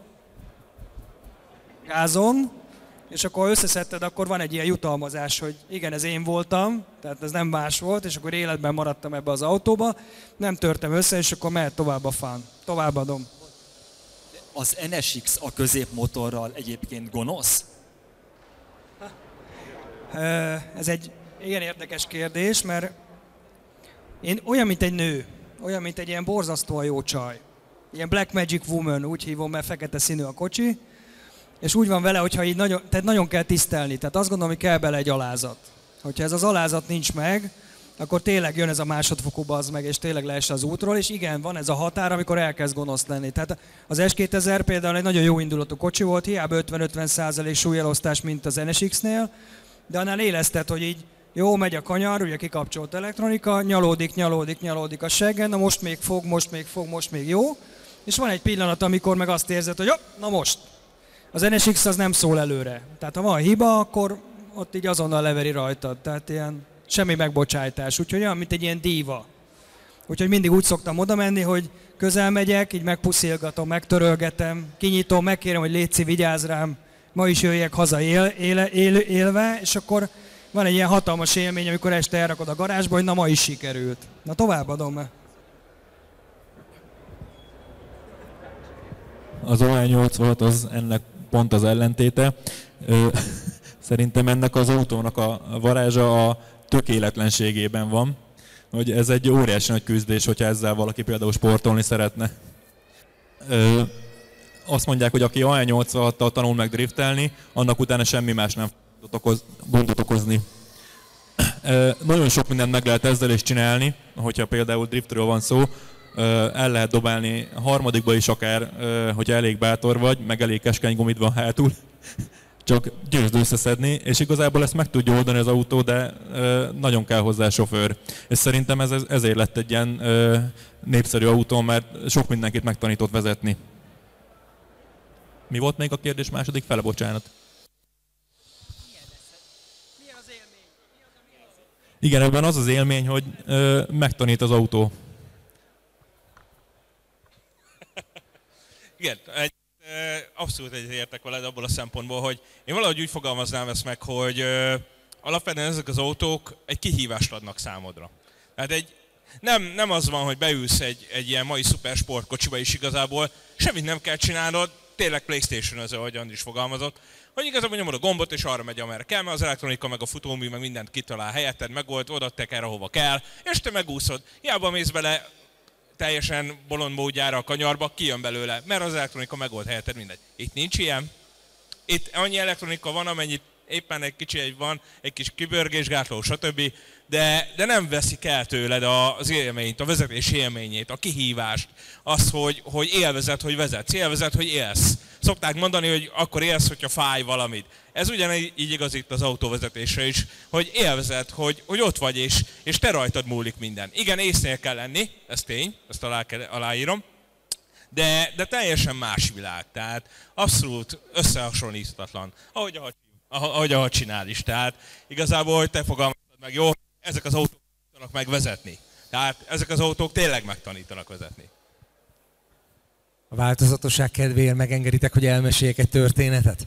gázon, és akkor összeszedted, akkor van egy ilyen jutalmazás, hogy igen, ez én voltam, tehát ez nem más volt, és akkor életben maradtam ebbe az autóba, nem törtem össze, és akkor mehet tovább a fán. Továbbadom. Az en es iksz a középmotorral egyébként gonosz? Ez egy igen érdekes kérdés, mert én olyan, mint egy nő, olyan, mint egy ilyen borzasztóan jó csaj. Ilyen Black Magic Woman, úgy hívom, mert fekete színű a kocsi, és úgy van vele, hogyha így nagyon, tehát nagyon kell tisztelni. Tehát azt gondolom, hogy kell bele egy alázat. Hogyha ez az alázat nincs meg, akkor tényleg jön ez a másodfokú bazd meg, és tényleg leesse az útról, és igen, van ez a határ, amikor elkezd gonosz lenni. Tehát az S kétezer például egy nagyon jó indulatú kocsi volt, hiába ötven-ötven százalék súlyelosztás, mint az en es iksz-nél, de annál élesztett, hogy így jó, megy a kanyar, ugye kikapcsolt elektronika, nyalódik, nyalódik, nyalódik a seggen, na most még fog, most még fog, most még jó, és van egy pillanat, amikor meg azt érzed, hogy jó, na most. Az en es iksz az nem szól előre. Tehát ha van hiba, akkor ott így azonnal leveri rajtad. Tehát ilyen semmi megbocsájtás. Úgyhogy olyan, mint egy ilyen díva. Úgyhogy mindig úgy szoktam oda menni, hogy közel megyek, így megpuszilgatom, megtörölgetem, kinyitom, megkérem, hogy létszi, vigyázz rám, ma is jöjjek haza él, él, él, élve, és akkor van egy ilyen hatalmas élmény, amikor este elrakod a garázsba, hogy na ma is sikerült. Na továbbadom. Az O E nyolcvanhat az ennek pont az ellentéte. Szerintem ennek az autónak a varázsa a tökéletlenségében van, hogy ez egy óriási nagy küzdés, hogyha ezzel valaki például sportolni szeretne. Azt mondják, hogy aki O E nyolcvanhattal tanul meg driftelni, annak utána semmi más nem fog okoz, gondot okozni. Nagyon sok mindent meg lehet ezzel is csinálni, hogyha például driftről van szó, el lehet dobálni a harmadikba is akár, hogyha elég bátor vagy, meg elég keskeny gumid van hátul. Csak győzd összeszedni, és igazából ezt meg tudja oldani az autó, de nagyon kell hozzá sofőr. És szerintem ez, ezért lett egy ilyen népszerű autó, mert sok mindenkit megtanított vezetni. Mi volt még a kérdés második fele, bocsánat? Igen, ebben az az élmény, hogy ö, megtanít az autó. Igen, egy, abszolút egyetértek veled abból a szempontból, hogy én valahogy úgy fogalmaznám ezt meg, hogy ö, alapvetően ezek az autók egy kihívást adnak számodra. Tehát egy, nem, nem az van, hogy beülsz egy, egy ilyen mai szupersportkocsiba, és igazából semmit nem kell csinálnod, tényleg PlayStation-öző, ahogy Andris fogalmazott, hogy igazából nyomod a gombot, és arra megy, amerre kell, mert az elektronika, meg a futómű, meg mindent kitalál helyetted, megold, oda teker, ahova kell, és te megúszod. Hiába mész bele teljesen bolond módjára a kanyarba, kijön belőle, mert az elektronika megold helyetted, mindegy. Itt nincs ilyen. Itt annyi elektronika van, amennyit éppen egy kicsi egy van, egy kis kibörgésgátló, stb. De, de nem veszik el tőled az élményt, a vezetés élményét, a kihívást, az, hogy, hogy élvezed, hogy vezetsz, élvezed, hogy élsz. Szokták mondani, hogy akkor élsz, hogyha fáj valamit. Ez ugyanígy igaz itt az autóvezetésre is, hogy élvezed, hogy, hogy ott vagy, és, és te rajtad múlik minden. Igen, észnél kell lenni, ez tény, ezt alá, aláírom, de, de teljesen más világ, tehát abszolút összehasonlíthatatlan, ahogy a ahogy ahogy csinál is. Tehát igazából, hogy te fogalmazod meg, jó, ezek az autók tanítanak meg vezetni. Tehát ezek az autók tényleg megtanítanak vezetni. A változatosság kedvéért megengeditek, hogy elmeséljek egy történetet?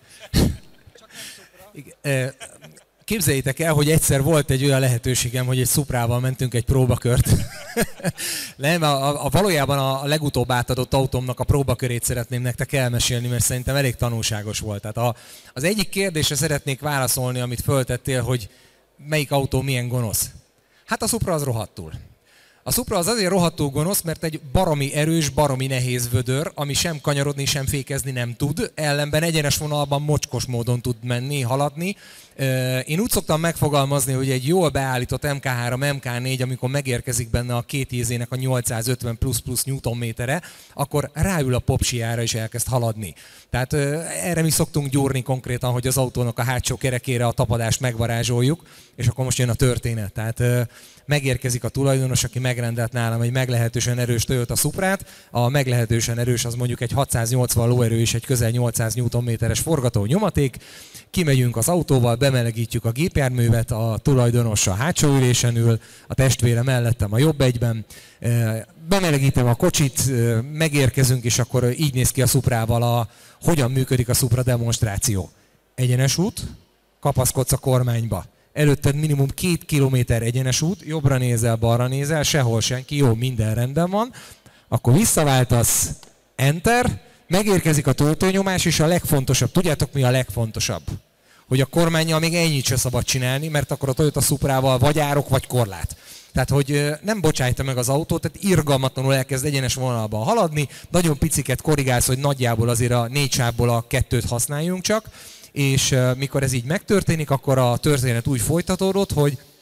Képzeljétek el, hogy egyszer volt egy olyan lehetőségem, hogy egy Suprával mentünk egy próbakört. Nem, a, a, valójában a legutóbb átadott autómnak a próbakörét szeretném nektek elmesélni, mert szerintem elég tanulságos volt. Tehát a, az egyik kérdésre szeretnék válaszolni, amit föltettél, hogy melyik autó milyen gonosz. Hát a Supra az rohadtul. A Supra az azért rohadtul gonosz, mert egy baromi erős, baromi nehéz vödör, ami sem kanyarodni, sem fékezni nem tud, ellenben egyenes vonalban mocskos módon tud menni, haladni. Én úgy szoktam megfogalmazni, hogy egy jól beállított em ká három, em ká négy, amikor megérkezik benne a két jézének a nyolcszázötven plusz-plusz newtonmétere, akkor ráül a popsiára és elkezd haladni. Tehát erre mi szoktunk gyúrni konkrétan, hogy az autónak a hátsó kerekére a tapadást megvarázsoljuk, és akkor most jön a történet. Tehát megérkezik a tulajdonos, aki megrendelt nálam egy meglehetősen erős Toyota Suprát. A meglehetősen erős az mondjuk egy hatszáznyolcvan lóerő és egy közel nyolcszáz newtonméteres forgató nyomaték. Kimegyünk az autóval, bemelegítjük a gépjárművet, a tulajdonos a hátsó ülésen ül, a testvére mellettem a jobb egyben. Bemelegítem a kocsit, megérkezünk, és akkor így néz ki a Suprával, a, hogyan működik a Supra demonstráció. Egyenes út, kapaszkodsz a kormányba. Előtted minimum két kilométer egyenes út, jobbra nézel, balra nézel, sehol senki, jó, minden rendben van. Akkor visszaváltasz, enter, megérkezik a töltőnyomás, és a legfontosabb, tudjátok mi a legfontosabb? Hogy a kormánnyal még ennyit se szabad csinálni, mert akkor a Toyota Suprával vagy árok, vagy korlát. Tehát, hogy nem bocsájta meg az autót, tehát irgalmatlanul elkezd egyenes vonalban haladni, nagyon piciket korrigálsz, hogy nagyjából azért a négy sávból a kettőt használjunk csak, és mikor ez így megtörténik, akkor a történet úgy folytatódott, hogy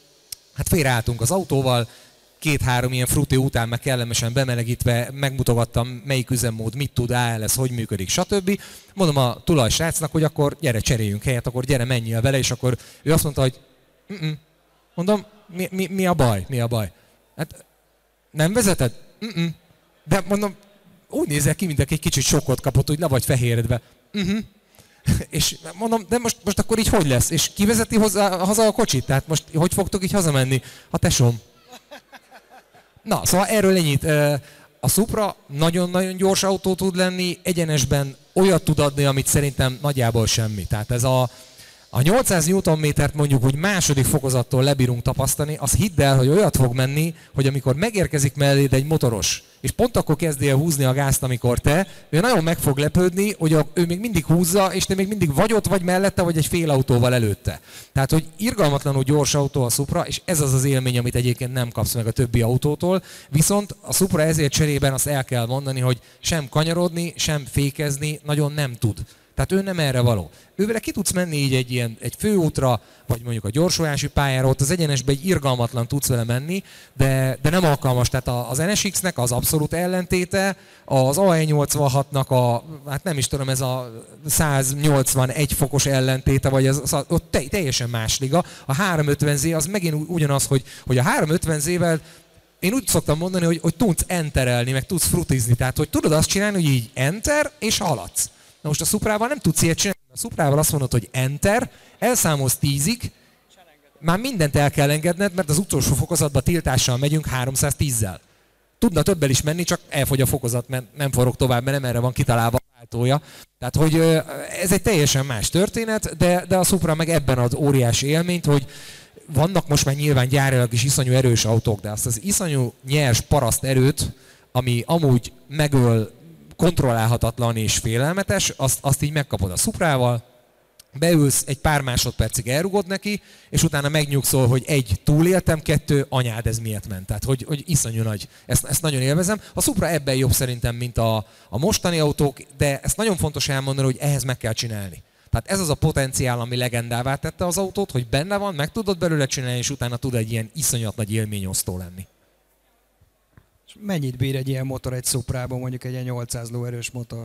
Hát félreálltunk az autóval, két-három ilyen fruti után meg kellemesen bemelegítve megmutogattam, melyik üzemmód mit tud, á el es, hogy működik, stb. Mondom a tulajsrácnak, hogy akkor gyere, cseréljünk helyet, akkor gyere, menjél vele, és akkor ő azt mondta, hogy Mm-mm. Mondom, mi, mi, mi a baj, mi a baj? Hát nem vezeted? Mm-mm. De mondom, úgy nézel ki, mint egy kicsit sokkot kapott, hogy le vagy fehéredve. Uh-huh. És mondom, de most, most akkor így hogy lesz? És ki vezeti hozzá, haza a kocsit? Tehát most hogy fogtok így hazamenni? A tesóm. Na, szóval erről ennyit. A Supra nagyon-nagyon gyors autó tud lenni, egyenesben olyat tud adni, amit szerintem nagyjából semmi. Tehát ez a, a nyolcszáz newtonmétert mondjuk úgy második fokozattól lebírunk tapasztani, az hidd el, hogy olyat fog menni, hogy amikor megérkezik melléd egy motoros, és pont akkor kezdi el húzni a gázt, amikor te, ő nagyon meg fog lepődni, hogy a, ő még mindig húzza, és te még mindig vagy ott, vagy mellette, vagy egy fél autóval előtte. Tehát, hogy irgalmatlanul gyors autó a Supra, és ez az az élmény, amit egyébként nem kapsz meg a többi autótól. Viszont a Supra ezért cserében azt el kell mondani, hogy sem kanyarodni, sem fékezni nagyon nem tud. Tehát ő nem erre való. Ővele ki tudsz menni így egy ilyen egy főútra, vagy mondjuk a gyorsulási pályára, ott az egyenesbe egy irgalmatlan tudsz vele menni, de, de nem alkalmas. Tehát az en es iksz-nek az abszolút ellentéte, az á e nyolcvanhatnak a, hát nem is tudom, ez a száznyolcvanegy fokos ellentéte, vagy az, az, ott te, teljesen más liga. A háromszázötven zé az megint ugyanaz, hogy, hogy a háromszázötven zével én úgy szoktam mondani, hogy, hogy tudsz enterelni, meg tudsz frutizni. Tehát, hogy tudod azt csinálni, hogy így enter, és haladsz. Na most a Suprával nem tudsz ilyet csinálni. A Suprával azt mondod, hogy enter, elszámolsz tízig, már mindent el kell engedned, mert az utolsó fokozatba tiltással megyünk háromszáztízzel. Tudna többel is menni, csak elfogy a fokozat, mert nem forog tovább, mert nem erre van kitalálva a váltója. Tehát, hogy ez egy teljesen más történet, de, de a Supra meg ebben ad óriási élményt, hogy vannak most már nyilván gyárilag is iszonyú erős autók, de azt az iszonyú nyers paraszt erőt, ami amúgy megöl, kontrollálhatatlan és félelmetes, azt, azt így megkapod a Suprával, beülsz, egy pár másodpercig elrugod neki, és utána megnyugszol, hogy egy, túléltem, kettő, anyád, ez miért ment. Tehát, hogy, hogy iszonyú nagy. Ezt, ezt nagyon élvezem. A Supra ebben jobb szerintem, mint a, a mostani autók, de ezt nagyon fontos elmondani, hogy ehhez meg kell csinálni. Tehát ez az a potenciál, ami legendává tette az autót, hogy benne van, meg tudod belőle csinálni, és utána tud egy ilyen iszonyat nagy élményosztó lenni. Mennyit bír egy ilyen motor egy Suprában, mondjuk egy ilyen nyolcszáz lóerős motor?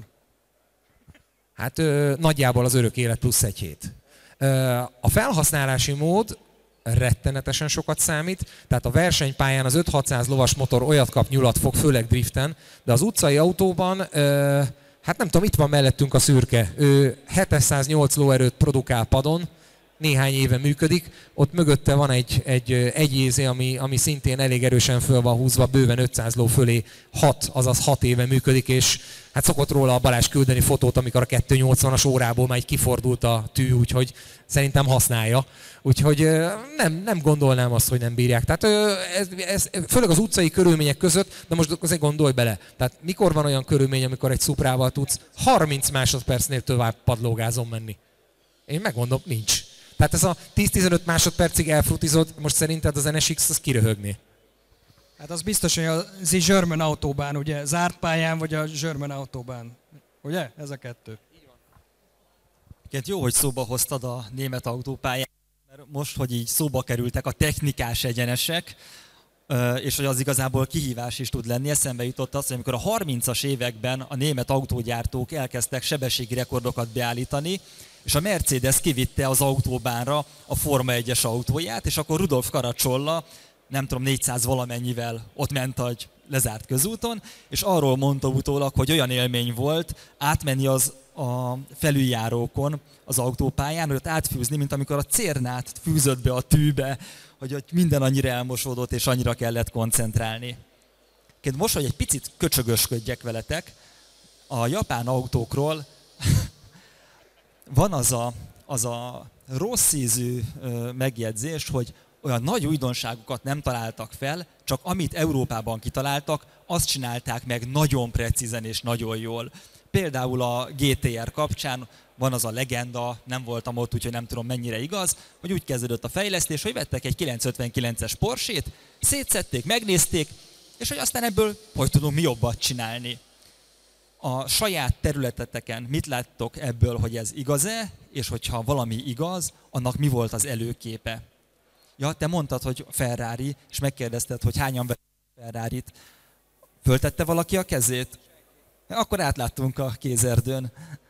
Hát ö, nagyjából az örök élet plusz egy hét. Ö, a felhasználási mód rettenetesen sokat számít, tehát a versenypályán az öt-hatszáz lovas motor olyat kap, nyulat fog, főleg driften, de az utcai autóban, ö, hát nem tudom, itt van mellettünk a szürke, ő hétszáznyolc lóerőt produkál padon, néhány éve működik, ott mögötte van egy, egy egyézé, ami, ami szintén elég erősen föl van húzva, bőven ötszáz ló fölé hat, azaz hat éve működik, és hát szokott róla a Balázs küldeni fotót, amikor a kétszáznyolcvanas órából már így kifordult a tű, úgyhogy szerintem használja. Úgyhogy nem, nem gondolnám azt, hogy nem bírják. Tehát ez, ez, főleg az utcai körülmények között, de most azért gondolj bele. Tehát mikor van olyan körülmény, amikor egy Suprával tudsz harminc másodpercnél tovább padlógázon menni? Én megmondom, nincs. Tehát ez a tíz-tizenöt másodpercig elfrutizod, most szerinted az en es iksz az kiröhögni? Hát az biztos, hogy a German autóbán, ugye, zárt pályán, vagy a German autóbán. Ugye? Ez a kettő. Igen, jó, hogy szóba hoztad a német autópályát, mert most, hogy így szóba kerültek a technikás egyenesek, és hogy az igazából kihívás is tud lenni, eszembe jutott az, hogy amikor a harmincas években a német autógyártók elkezdtek sebességi rekordokat beállítani, és a Mercedes kivitte az autóbánra a Forma egyes autóját, és akkor Rudolf Caracciola, nem tudom, négyszáz valamennyivel ott ment egy lezárt közúton, és arról mondta utólag, hogy olyan élmény volt átmenni az a felüljárókon az autópályán, hogy ott átfűzni, mint amikor a cérnát fűzött be a tűbe, hogy ott minden annyira elmosódott, és annyira kellett koncentrálni. Most, hogy egy picit köcsögösködjek veletek, a japán autókról van az a, az a rossz ízű megjegyzés, hogy olyan nagy újdonságokat nem találtak fel, csak amit Európában kitaláltak, azt csinálták meg nagyon precízen és nagyon jól. Például a gé té er kapcsán van az a legenda, nem voltam ott, úgyhogy nem tudom mennyire igaz, hogy úgy kezdődött a fejlesztés, hogy vettek egy kilencszázötvenkilences Porsét, szétszették, megnézték, és hogy aztán ebből hogy tudunk mi jobbat csinálni. A saját területeteken mit láttok ebből, hogy ez igaz-e, és hogyha valami igaz, annak mi volt az előképe? Ja, te mondtad, hogy Ferrari, és megkérdezted, hogy hányan veszik Ferrarit. Föltette valaki a kezét? Akkor átláttunk a kézerdőn.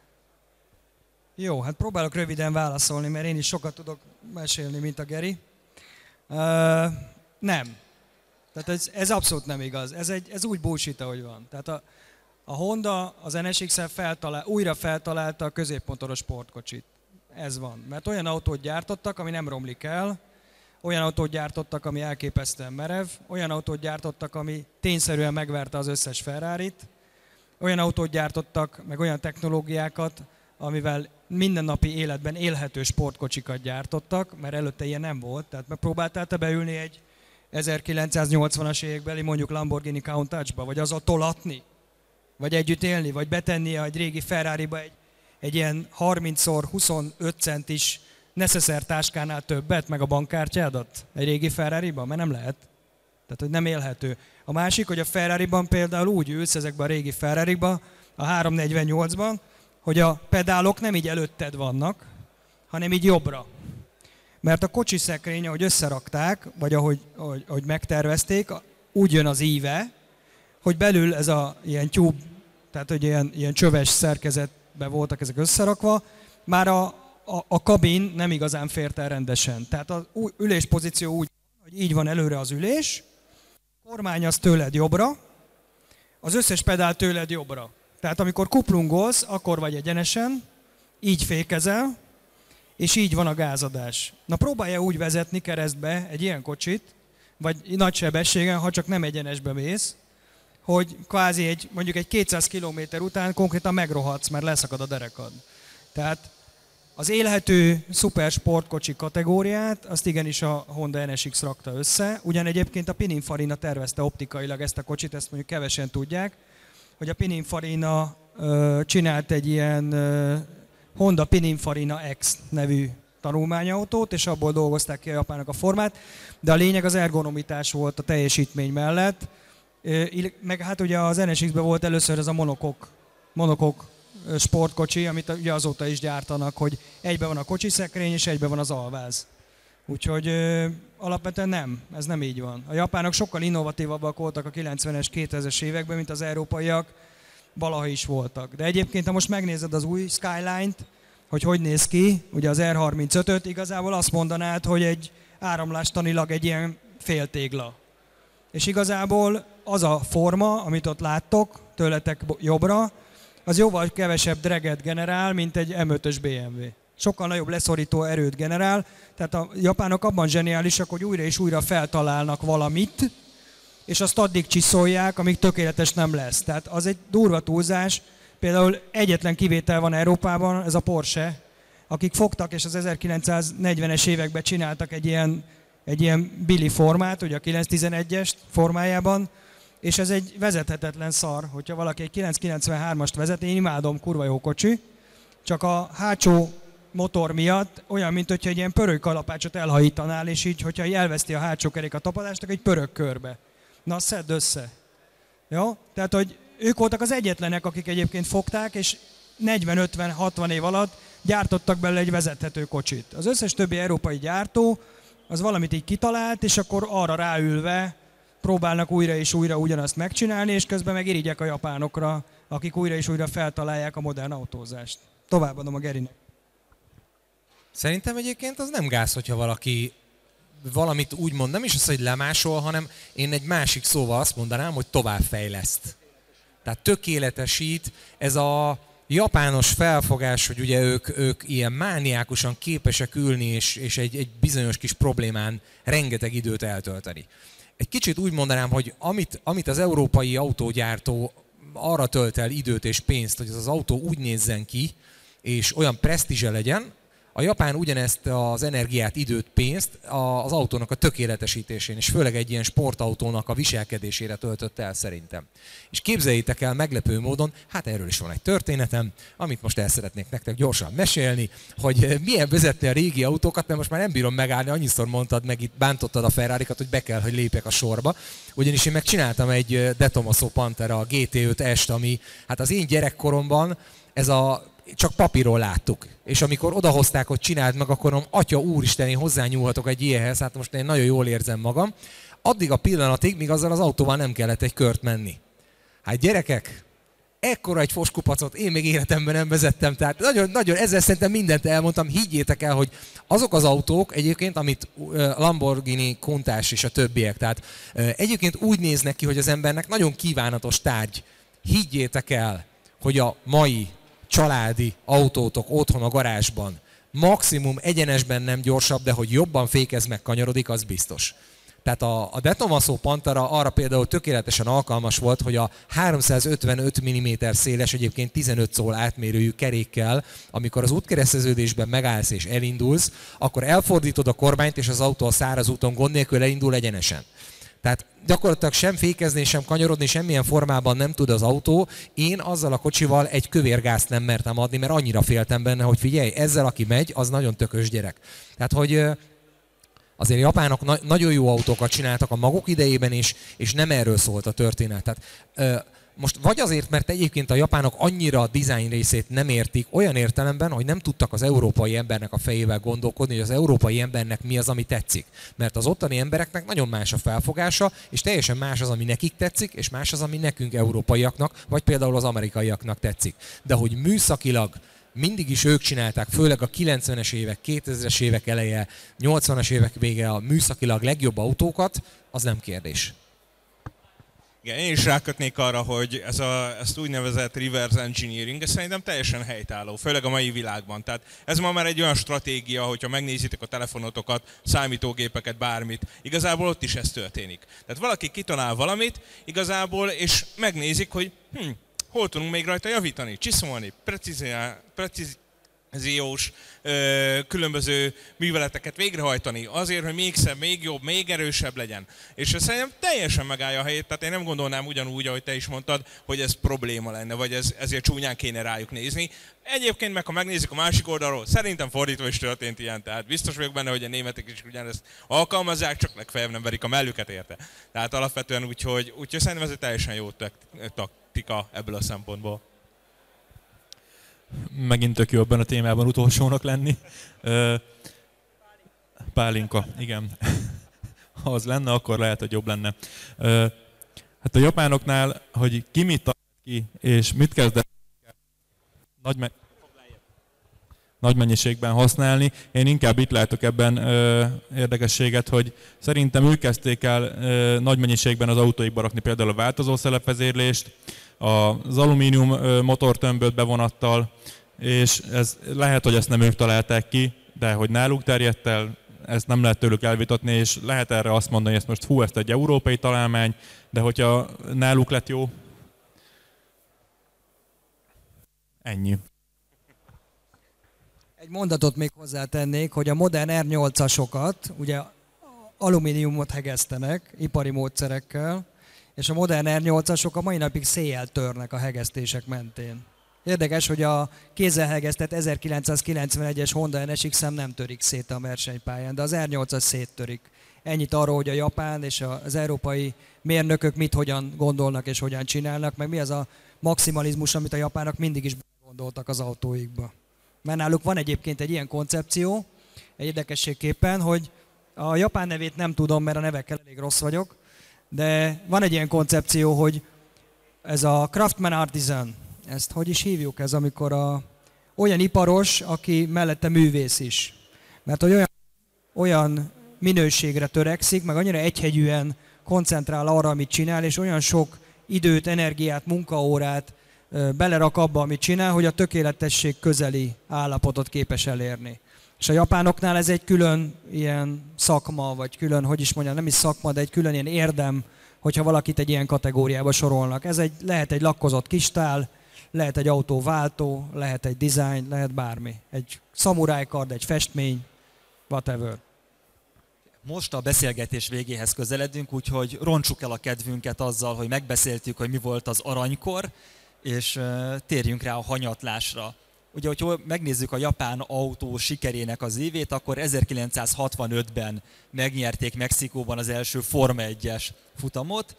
Jó, hát próbálok röviden válaszolni, mert én is sokat tudok mesélni, mint a Geri. Uh, nem. Tehát ez, ez abszolút nem igaz. Ez, egy, ez úgy bullshit, ahogy van. Tehát a, a Honda az en es iksszel feltalál, újra feltalálta a középmotoros sportkocsit. Ez van. Mert olyan autót gyártottak, ami nem romlik el, olyan autót gyártottak, ami elképesztően merev, olyan autót gyártottak, ami tényszerűen megverte az összes Ferrarit, olyan autót gyártottak, meg olyan technológiákat, amivel mindennapi életben élhető sportkocsikat gyártottak, mert előtte ilyen nem volt. Tehát megpróbáltál te beülni egy ezerkilencszáznyolcvanas évekbeli mondjuk Lamborghini Countach-ba, vagy azzal tolatni, vagy együtt élni, vagy betenni egy régi Ferrariba egy, egy ilyen harminc szor huszonöt centis necesszer táskánál többet, meg a bankkártyádat egy régi Ferrariba, mert nem lehet. Tehát, hogy nem élhető. A másik, hogy a Ferrariban például úgy ülsz ezekben a régi Ferrariba, a háromszáznegyvennyolcban, hogy a pedálok nem így előtted vannak, hanem így jobbra. Mert a kocsi szekrény, ahogy összerakták, vagy ahogy, ahogy, ahogy megtervezték, úgy jön az íve, hogy belül ez a ilyen tube, tehát hogy ilyen, ilyen csöves szerkezetben voltak ezek összerakva, már a, a, a kabin nem igazán fért el rendesen. Tehát az üléspozíció úgy, hogy így van előre az ülés, kormány az tőled jobbra, az összes pedál tőled jobbra. Tehát amikor kuplungolsz, akkor vagy egyenesen, így fékezel, és így van a gázadás. Na próbálja úgy vezetni keresztbe egy ilyen kocsit, vagy nagy sebességen, ha csak nem egyenesbe mész, hogy kvázi egy, mondjuk egy kétszáz kilométer után konkrétan megrohadsz, mert leszakad a derekad. Tehát az élhető szuper sportkocsi kategóriát, azt igenis a Honda en es iksz rakta össze. Ugyan egyébként a Pininfarina tervezte optikailag ezt a kocsit, ezt mondjuk kevesen tudják, hogy a Pininfarina ö, csinált egy ilyen ö, Honda Pininfarina X nevű tanulmányautót, és abból dolgozták ki a japánok a formát, de a lényeg az ergonomitás volt a teljesítmény mellett. Ö, meg hát ugye az en es iksz-ben volt először ez a monokok, monokok sportkocsi, amit ugye azóta is gyártanak, hogy egyben van a kocsiszekrény, és egyben van az alváz. Úgyhogy ö, alapvetően nem, ez nem így van. A japánok sokkal innovatívabbak voltak a kilencvenes, kétezres években, mint az európaiak, valaha is voltak. De egyébként, ha most megnézed az új Skyline-t, hogy hogy néz ki, ugye az er harmincötöt, igazából azt mondanád, hogy egy áramlástanilag egy ilyen féltégla. És igazából az a forma, amit ott láttok, tőletek jobbra, az jóval kevesebb draget generál, mint egy em ötös bé em vé. Sokkal nagyobb leszorító erőt generál, tehát a japánok abban zseniálisak, hogy újra és újra feltalálnak valamit, és azt addig csiszolják, amíg tökéletes nem lesz. Tehát az egy durva túlzás. Például egyetlen kivétel van Európában, ez a Porsche, akik fogtak és az ezerkilencszáznegyvenes években csináltak egy ilyen, egy ilyen Billy formát, ugye a kilenc tizenegyes formájában, és ez egy vezethetetlen szar, hogyha valaki egy kilenc kilencvenhármast vezet, én imádom, kurva jó kocsi, csak a hátsó motor miatt olyan, mint hogyha egy ilyen pörög kalapácsot elhajítanál, és így, hogyha elveszti a hátsó kerék a tapadást, akkor egy pörög körbe. Na, szedd össze. Jó? Tehát, hogy ők voltak az egyetlenek, akik egyébként fogták, és negyven ötven hatvan év alatt gyártottak belőle egy vezethető kocsit. Az összes többi európai gyártó az valamit így kitalált, és akkor arra ráülve próbálnak újra és újra ugyanazt megcsinálni, és közben meg irigyek a japánokra, akik újra és újra feltalálják a modern autózást. Továbbadom a Gerinek. Szerintem egyébként az nem gáz, hogyha valaki valamit úgy mond, nem is az, hogy lemásol, hanem én egy másik szóval azt mondanám, hogy továbbfejleszt. Tehát tökéletesít, ez a japános felfogás, hogy ugye ők, ők ilyen mániákusan képesek ülni, és, és egy, egy bizonyos kis problémán rengeteg időt eltölteni. Egy kicsit úgy mondanám, hogy amit, amit az európai autógyártó arra tölt el időt és pénzt, hogy az, az autó úgy nézzen ki, és olyan presztízse legyen, a japán ugyanezt az energiát, időt, pénzt az autónak a tökéletesítésén, és főleg egy ilyen sportautónak a viselkedésére töltött el szerintem. És képzeljétek el meglepő módon, hát erről is van egy történetem, amit most el szeretnék nektek gyorsan mesélni, hogy milyen vezetni a régi autókat, mert most már nem bírom megállni, annyiszor mondtad meg, itt bántottad a Ferrarikat, hogy be kell, hogy lépjek a sorba. Ugyanis én megcsináltam egy De Tomaso Pantera, a gé té öt est, ami hát az én gyerekkoromban ez a csak papíron láttuk. És amikor odahozták, hogy csináld meg, akkor mondom, atya úristen, én hozzányúlhatok egy ilyenhez, hát most én nagyon jól érzem magam. Addig a pillanatig, míg azzal az autóval nem kellett egy kört menni. Hát gyerekek, ekkora egy foskupacot én még életemben nem vezettem, tehát nagyon, nagyon ezzel szerintem mindent elmondtam, higgyétek el, hogy azok az autók egyébként, amit Lamborghini, Countach és a többiek, tehát egyébként úgy néznek ki, hogy az embernek nagyon kívánatos tárgy. Higgyétek el, hogy a mai családi autótok otthon a garázsban maximum egyenesben nem gyorsabb, de hogy jobban fékez meg kanyarodik, az biztos. Tehát a, a De Tomaso Pantera arra például tökéletesen alkalmas volt, hogy a háromszázötvenöt milliméter széles, egyébként tizenöt szól átmérőjű kerékkel, amikor az útkereszteződésben megállsz és elindulsz, akkor elfordítod a kormányt, és az autó a száraz úton gond nélkül elindul egyenesen. Tehát gyakorlatilag sem fékezni, sem kanyarodni, semmilyen formában nem tud az autó. Én azzal a kocsival egy kövér gázt nem mertem adni, mert annyira féltem benne, hogy figyelj, ezzel aki megy, az nagyon tökös gyerek. Tehát, hogy azért a japánok na- nagyon jó autókat csináltak a maguk idejében is, és nem erről szólt a történet. Tehát, ö, most vagy azért, mert egyébként a japánok annyira a design részét nem értik, olyan értelemben, hogy nem tudtak az európai embernek a fejével gondolkodni, hogy az európai embernek mi az, ami tetszik. Mert az ottani embereknek nagyon más a felfogása, és teljesen más az, ami nekik tetszik, és más az, ami nekünk európaiaknak, vagy például az amerikaiaknak tetszik. De hogy műszakilag mindig is ők csinálták, főleg a kilencvenes évek, kétezres évek eleje, nyolcvanas évek vége a műszakilag legjobb autókat, az nem kérdés. Igen, én is rákötnék arra, hogy ez a, ezt úgynevezett reverse engineering, ez szerintem teljesen helytálló, főleg a mai világban. Tehát ez ma már egy olyan stratégia, hogyha megnézitek a telefonotokat, számítógépeket, bármit, igazából ott is ez történik. Tehát valaki kitalál valamit, igazából, és megnézik, hogy hm, hol tudunk még rajta javítani, csiszolni, precíziós, különböző műveleteket végrehajtani, azért, hogy még szebb, még jobb, még erősebb legyen. És ez szerintem teljesen megállja a helyét, tehát én nem gondolnám ugyanúgy, ahogy te is mondtad, hogy ez probléma lenne, vagy ez, ezért csúnyán kéne rájuk nézni. Egyébként meg, ha megnézzük a másik oldalról, szerintem fordítva is történt ilyen, tehát biztos vagyok benne, hogy a németek is ugyanezt alkalmazzák, csak legfeljebb nem verik a mellüket érte. Tehát alapvetően úgyhogy, úgyhogy szerintem ez egy teljesen jó taktika ebből a szempontból. Megint tök jó ebben a témában utolsónak lenni. Pálinka, igen. Ha az lenne, akkor lehet, hogy jobb lenne. Hát a japánoknál, hogy ki mit talált ki, és mit kezdett nagy, me- nagy mennyiségben használni, én inkább itt látok ebben ö, érdekességet, hogy szerintem ők kezdték el ö, nagy mennyiségben az autóikba rakni például a változó szelepvezérlést, az alumínium motortömböt bevonattal, és ez, lehet, hogy ezt nem ők találták ki, de hogy náluk terjedt el, ezt nem lehet tőlük elvitatni, és lehet erre azt mondani, hogy ezt most fú, ezt egy európai találmány, de hogyha náluk lett jó, ennyi. Egy mondatot még hozzátennék, hogy a modern er nyolcasokat ugye alumíniumot hegesztenek ipari módszerekkel, és a modern er nyolcasok a mai napig széjjel törnek a hegesztések mentén. Érdekes, hogy a kézzel hegesztett ezerkilencszázkilencvenegyes Honda en es iksz-em nem törik szét a versenypályán, de az er nyolcas széttörik. Ennyit arról, hogy a japán és az európai mérnökök mit hogyan gondolnak és hogyan csinálnak, meg mi az a maximalizmus, amit a japánok mindig is gondoltak az autóikba. Mert náluk van egyébként egy ilyen koncepció, egy érdekességképpen, hogy a japán nevét nem tudom, mert a nevekkel elég rossz vagyok, de van egy ilyen koncepció, hogy ez a craftsman artisan, ezt hogy is hívjuk, ez amikor a, olyan iparos, aki mellette művész is. Mert hogy olyan, olyan minőségre törekszik, meg annyira egyhegyűen koncentrál arra, amit csinál, és olyan sok időt, energiát, munkaórát belerak abba, amit csinál, hogy a tökéletesség közeli állapotot képes elérni. És a japánoknál ez egy külön ilyen szakma, vagy külön, hogy is mondjam, nem is szakma, de egy külön ilyen érdem, hogyha valakit egy ilyen kategóriába sorolnak. Ez egy, lehet egy lakkozott kistál, lehet egy autóváltó, lehet egy design, lehet bármi. Egy szamurájkard, egy festmény, whatever. Most a beszélgetés végéhez közeledünk, úgyhogy rontsuk el a kedvünket azzal, hogy megbeszéltük, hogy mi volt az aranykor, és térjünk rá a hanyatlásra. Ugye, hogyha megnézzük a japán autó sikerének az évét, akkor ezerkilencszázhatvanötben megnyerték Mexikóban az első Forma egyes futamot,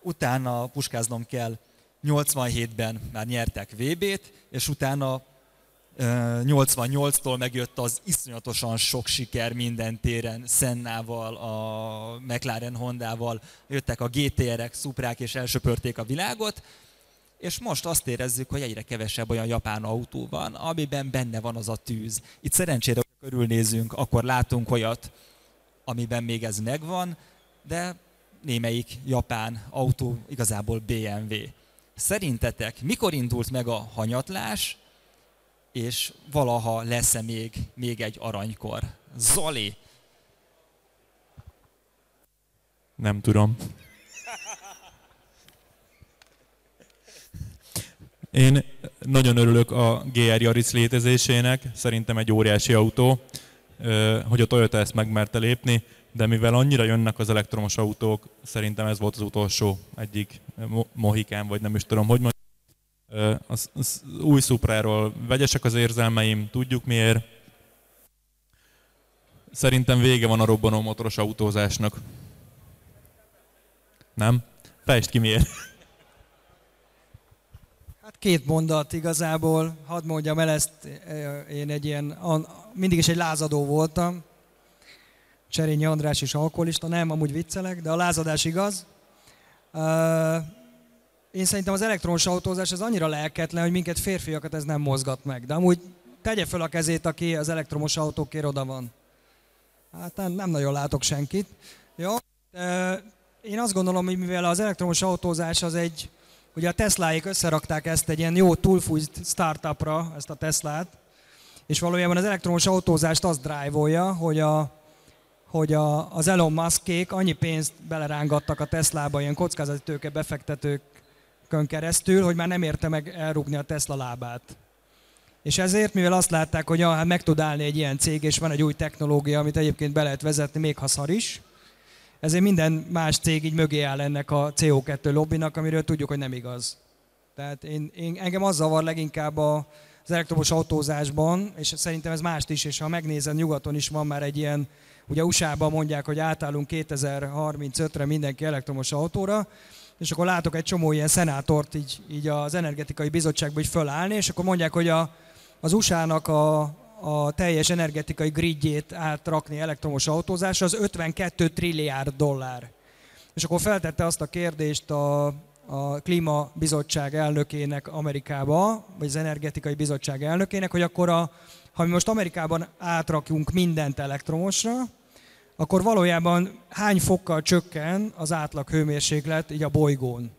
utána puskáznom kell, nyolcvanhétben már nyertek vé bét, és utána nyolcvannyolctól megjött az iszonyatosan sok siker minden téren, Sennával, a McLaren Hondával, jöttek a gé té er-ek, Suprák és elsöpörték a világot, és most azt érezzük, hogy egyre kevesebb olyan japán autó van, amiben benne van az a tűz. Itt szerencsére, hogy körülnézünk, akkor látunk olyat, amiben még ez megvan, de némelyik japán autó igazából bé em vé. Szerintetek mikor indult meg a hanyatlás, és valaha lesz-e még, még egy aranykor? Zoli! Nem tudom. Én nagyon örülök a gé er Yaris létezésének, szerintem egy óriási autó, hogy a Toyota ezt megmerte lépni, de mivel annyira jönnek az elektromos autók, szerintem ez volt az utolsó egyik mohikán, vagy nem is tudom, hogy mondjam. Az, az új Supráról vegyesek az érzelmeim, tudjuk miért. Szerintem vége van a robbanó motoros autózásnak. Nem? Fejtsd ki miért. Hát két mondat igazából, hadd mondjam el ezt, én egy ilyen, mindig is egy lázadó voltam. Cserényi András is alkoholista, nem, amúgy viccelek, de a lázadás igaz. Én szerintem az elektromos autózás az annyira lelketlen, hogy minket férfiakat ez nem mozgat meg. De amúgy tegye fel a kezét, aki az elektromos autókért oda van. Hát nem, nem nagyon látok senkit. Jó? Én azt gondolom, hogy mivel az elektromos autózás az egy, ugye a Tesláék összerakták ezt egy ilyen jó túlfújt startupra, ezt a Teslát, és valójában az elektromos autózást azt drive-olja, hogy, a, hogy a, az Elon Muskék annyi pénzt belerángattak a Teslába, ilyen kockázati tőke befektetőkön keresztül, hogy már nem érte meg elrúgni a Tesla lábát. És ezért, mivel azt látták, hogy ja, hát meg tud állni egy ilyen cég, és van egy új technológia, amit egyébként be lehet vezetni, még ha szar is, ezért minden más cég így mögé áll ennek a cé o kettő lobbinak, amiről tudjuk, hogy nem igaz. Tehát én, én, engem az zavar leginkább az elektromos autózásban, és szerintem ez mást is, és ha megnézed, nyugaton is van már egy ilyen, ugye u es á-ban mondják, hogy átállunk kétezer-harmincötre mindenki elektromos autóra, és akkor látok egy csomó ilyen szenátort így, így az energetikai bizottságban is fölállni, és akkor mondják, hogy a, az u es á-nak a, a teljes energetikai gridjét átrakni elektromos autózásra, az ötvenkettő trilliárd dollár. És akkor feltette azt a kérdést a, a klímabizottság elnökének Amerikába, vagy az energetikai bizottság elnökének, hogy akkor a, ha mi most Amerikában átrakjunk mindent elektromosra, akkor valójában hány fokkal csökken az átlag hőmérséklet így a bolygón.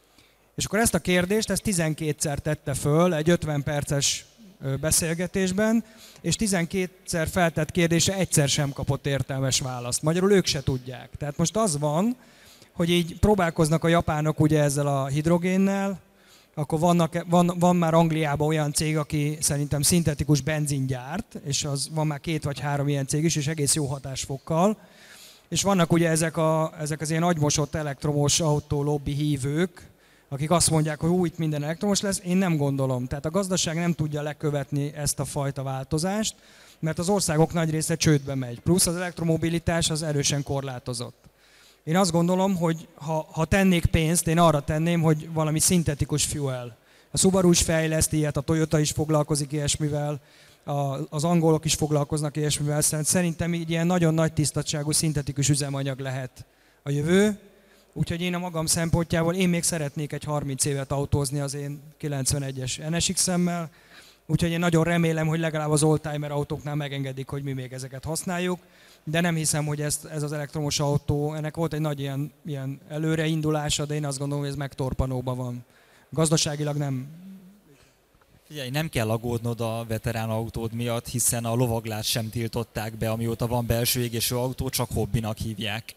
És akkor ezt a kérdést, ezt tizenkétszer tette föl egy ötven perces beszélgetésben, és tizenkétszer feltett kérdése egyszer sem kapott értelmes választ. Magyarul ők se tudják. Tehát most az van, hogy így próbálkoznak a japánok ugye ezzel a hidrogénnel, akkor vannak, van, van már Angliában olyan cég, aki szerintem szintetikus benzin gyárt, és az van már két vagy három ilyen cég is, és egész jó hatásfokkal. És vannak ugye ezek, a, ezek az ilyen agymosott elektromos autó lobby hívők, akik azt mondják, hogy úgy minden elektromos lesz, én nem gondolom. Tehát a gazdaság nem tudja lekövetni ezt a fajta változást, mert az országok nagy része csődbe megy. Plusz az elektromobilitás az erősen korlátozott. Én azt gondolom, hogy ha, ha tennék pénzt, én arra tenném, hogy valami szintetikus fuel. A Subaru is fejleszt ilyet, a Toyota is foglalkozik ilyesmivel, a, az angolok is foglalkoznak ilyesmivel. Szerintem így ilyen nagyon nagy tisztaságú szintetikus üzemanyag lehet a jövő. Úgyhogy én a magam szempontjából, én még szeretnék egy harminc évet autózni az én kilencvenegyes en es iksz-emmel, úgyhogy én nagyon remélem, hogy legalább az oldtimer autóknál megengedik, hogy mi még ezeket használjuk, de nem hiszem, hogy ez, ez az elektromos autó, ennek volt egy nagy ilyen, ilyen előreindulása, de én azt gondolom, hogy ez megtorpanóban van. Gazdaságilag nem. Figyelj, nem kell aggódnod a veterán autód miatt, hiszen a lovaglást sem tiltották be, amióta van belső égésű autó, csak hobbinak hívják.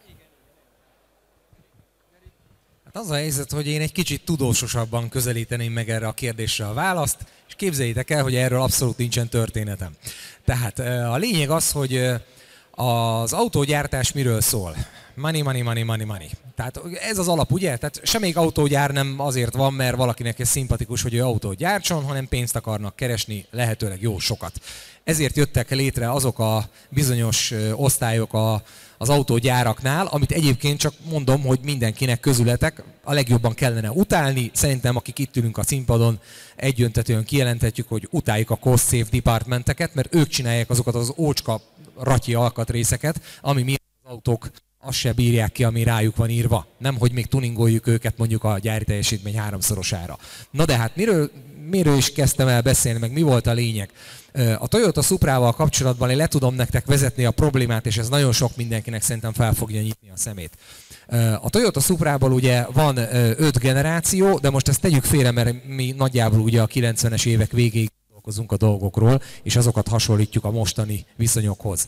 Az a helyzet, hogy én egy kicsit tudósosabban közelíteném meg erre a kérdésre a választ, és képzeljétek el, hogy erről abszolút nincsen történetem. Tehát a lényeg az, hogy Az autógyártás miről szól? Money, money, money, money, money. Tehát ez az alap, ugye? Tehát semmelyik autógyár nem azért van, mert valakinek ez szimpatikus, hogy ő autót gyártson, hanem pénzt akarnak keresni, lehetőleg jó sokat. Ezért jöttek létre azok a bizonyos osztályok a, az autógyáraknál, amit egyébként csak mondom, hogy mindenkinek közületek a legjobban kellene utálni. Szerintem, akik itt ülünk a színpadon, egyöntetően kijelenthetjük, hogy utáljuk a cost save departmenteket, mert ők csinálják azokat az ócska ratyi alkatrészeket, ami miatt az autók azt se bírják ki, ami rájuk van írva. Nem, hogy még tuningoljuk őket mondjuk a gyári teljesítmény háromszorosára. Na de hát miről, miről is kezdtem el beszélni, meg mi volt a lényeg? A Toyota Suprával kapcsolatban én le tudom nektek vezetni a problémát, és ez nagyon sok mindenkinek szerintem fel fogja nyitni a szemét. A Toyota Suprából ugye van öt generáció, de most ezt tegyük félre, mert mi nagyjából ugye a kilencvenes évek végéig gondolkozunk a dolgokról, és azokat hasonlítjuk a mostani viszonyokhoz.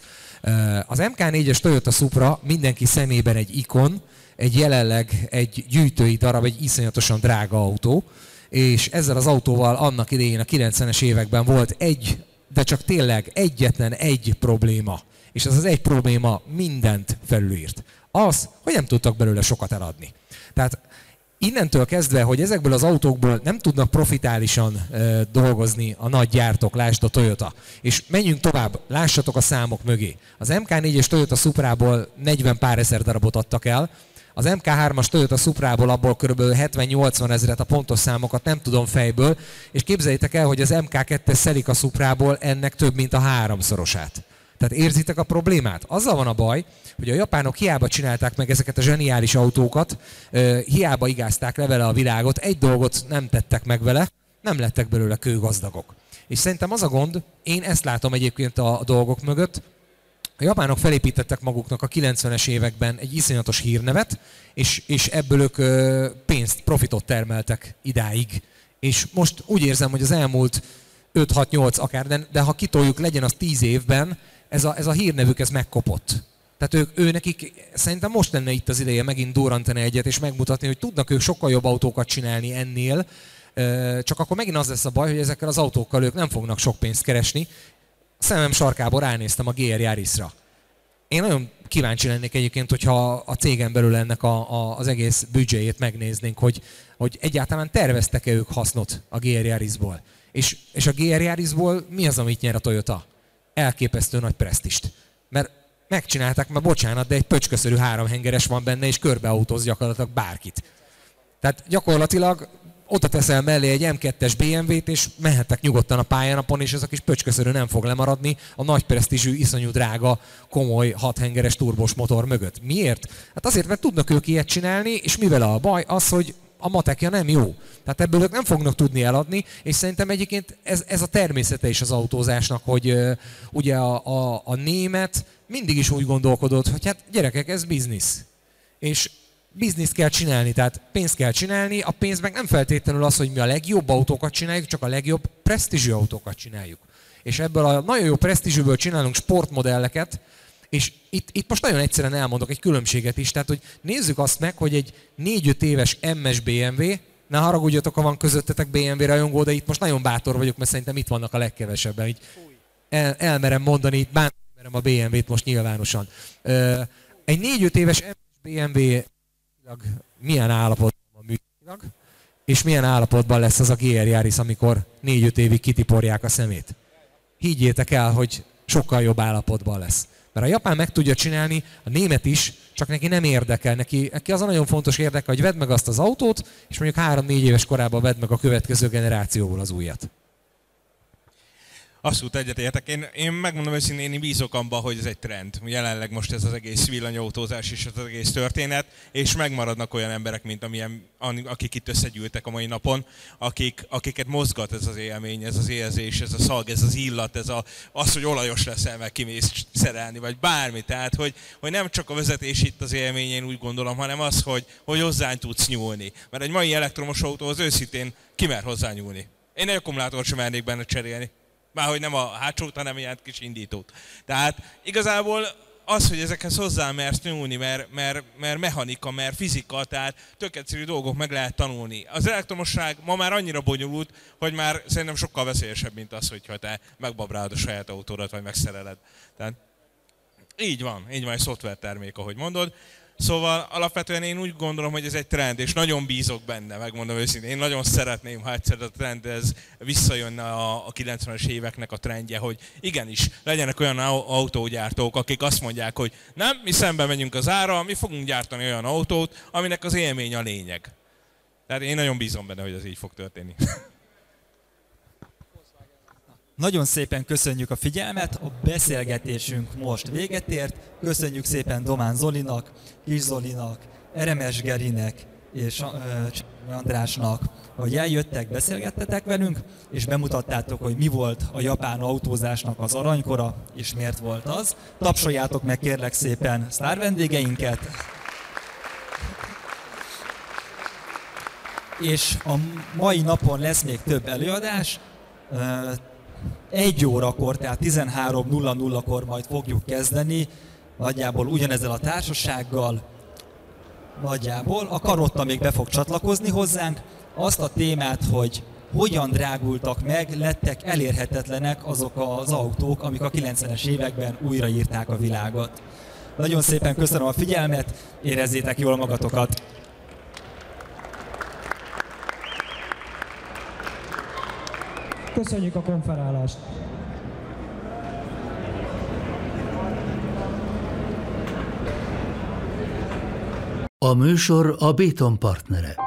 Az em ká négyes Toyota Supra mindenki szemében egy ikon, egy jelenleg egy gyűjtői darab, egy iszonyatosan drága autó, és ezzel az autóval annak idején a kilencvenes években volt egy, de csak tényleg egyetlen egy probléma, és ez az egy probléma mindent felülírt. Az, hogy nem tudtak belőle sokat eladni. Tehát innentől kezdve, hogy ezekből az autókból nem tudnak profitálisan e, dolgozni a nagy gyártók, lásd a Toyota. És menjünk tovább, lássatok a számok mögé. Az em ká négyes Toyota Suprából negyven pár ezer darabot adtak el, az em ká hármas Toyota Suprából abból kb. hetven-nyolcvan ezeret, a pontos számokat nem tudom fejből, és képzeljétek el, hogy az em ká kettes Celica Suprából ennek több, mint a háromszorosát. Tehát érzitek a problémát? Azzal van a baj, hogy a japánok hiába csinálták meg ezeket a zseniális autókat, hiába igázták le vele a világot, egy dolgot nem tettek meg vele, nem lettek belőle kőgazdagok. És szerintem az a gond, én ezt látom egyébként a dolgok mögött, a japánok felépítettek maguknak a kilencvenes években egy iszonyatos hírnevet, és, és ebből ők pénzt, profitot termeltek idáig. És most úgy érzem, hogy az elmúlt öt-hat-nyolc akár, de, de ha kitoljuk, legyen az tíz évben, ez a, ez a hírnevük ez megkopott. Tehát ők, ő nekik szerintem most lenne itt az ideje megint durrantani egyet, és megmutatni, hogy tudnak ők sokkal jobb autókat csinálni ennél, csak akkor megint az lesz a baj, hogy ezekkel az autókkal ők nem fognak sok pénzt keresni. A szemem sarkából ránéztem a gé er Yarisra. Én nagyon kíváncsi lennék egyébként, hogyha a cégen belül ennek a, a, az egész büdzséjét megnéznénk, hogy, hogy egyáltalán terveztek-e ők hasznot a gé er Yarisból. És, és a gé er Yarisból mi az, amit nyer a Toyota? Elképesztő nagy presztist. Mert megcsinálták, mert bocsánat, de egy pöcsköszörű háromhengeres van benne, és körbeautóz gyakorlatilag bárkit. Tehát gyakorlatilag oda teszel mellé egy em kettes bé em vét, és mehettek nyugodtan a pályánapon, és ez a kis pöcsköszörű nem fog lemaradni a nagy presztízsű, iszonyú drága, komoly hathengeres turbos motor mögött. Miért? Hát azért, mert tudnak ők ilyet csinálni, és mivel a baj az, hogy a matekja nem jó. Tehát ebből ők nem fognak tudni eladni, és szerintem egyébként ez, ez a természete is az autózásnak, hogy uh, ugye a, a, a német mindig is úgy gondolkodott, hogy hát gyerekek, ez biznisz. És bizniszt kell csinálni, tehát pénzt kell csinálni, a pénz meg nem feltétlenül az, hogy mi a legjobb autókat csináljuk, csak a legjobb presztízsű autókat csináljuk. És ebből a nagyon jó presztízsűből csinálunk sportmodelleket, és itt, itt most nagyon egyszerűen elmondok egy különbséget is, tehát hogy nézzük azt meg, hogy egy négy-öt éves em es bé em vé, ne haragudjatok, ha van közöttetek bé em vé rajongó, de itt most nagyon bátor vagyok, mert szerintem itt vannak a legkevesebben. Így el, elmerem mondani, itt bántani merem a bé em vét most nyilvánosan. Egy négy-öt éves em es bé em vé milyen állapotban van működik, és milyen állapotban lesz az a gé er Yaris, amikor négy-öt évig kitiporják a szemét. Higgyétek el, hogy sokkal jobb állapotban lesz. Mert a japán meg tudja csinálni, a német is, csak neki nem érdekel. Neki, neki az a nagyon fontos érdeke, hogy vedd meg azt az autót, és mondjuk három-négy éves korában vedd meg a következő generációból az újat. Abszolút egyetértek. Én, én megmondom őszintén, én bízok abban, hogy ez egy trend. Jelenleg most ez az egész villanyautózás és az egész történet, és megmaradnak olyan emberek, mint amilyen, akik itt összegyűltek a mai napon, akik, akiket mozgat ez az élmény, ez az érzés, ez a szag, ez az illat, ez a, az, hogy olajos leszel, meg kimész szerelni, vagy bármi. Tehát, hogy, hogy nem csak a vezetés itt az élmény, én úgy gondolom, hanem az, hogy, hogy hozzánk tudsz nyúlni. Mert egy mai elektromos autóhoz őszintén ki mer hozzá nyúlni. Én egy akkumulátort sem mernék benne cserélni. Márhogy nem a hátsót, hanem ilyen kis indítót. Tehát igazából az, hogy ezekhez hozzá mersz nyúlni, mert, mert, mert mechanika, mert fizika, tehát tök egyszerű dolgok meg lehet tanulni. Az elektromosság ma már annyira bonyolult, hogy már szerintem sokkal veszélyesebb, mint az, hogyha te megbabráld a saját autódat, vagy megszereled. Tehát Így van, így van, egy szoftvertermék, ahogy mondod. Szóval alapvetően én úgy gondolom, hogy ez egy trend, és nagyon bízok benne, megmondom őszintén. Én nagyon szeretném, ha egyszer a trend ez visszajönne a, a kilencvenes éveknek a trendje, hogy igenis, legyenek olyan autógyártók, akik azt mondják, hogy nem, mi szembe megyünk az árral, mi fogunk gyártani olyan autót, aminek az élmény a lényeg. Tehát én nagyon bízom benne, hogy ez így fog történni. Nagyon szépen köszönjük a figyelmet, a beszélgetésünk most véget ért. Köszönjük szépen Domán Zolinak, Kis Zolinak, Eremes Gerinek és Andrásnak, hogy eljöttek, beszélgettetek velünk, és bemutattátok, hogy mi volt a japán autózásnak az aranykora, és miért volt az. Tapsoljátok meg kérlek szépen sztár vendégeinket. És a mai napon lesz még több előadás. Egy órakor, tehát tizenhárom nulla nulla-kor majd fogjuk kezdeni, nagyjából ugyanezzel a társasággal, nagyjából. A Karotta még be fog csatlakozni hozzánk. Azt a témát, hogy hogyan drágultak meg, lettek elérhetetlenek azok az autók, amik a kilencvenes években újraírták a világot. Nagyon szépen köszönöm a figyelmet, érezzétek jól magatokat! Köszönjük a konferálást! A műsor a Béton partnere.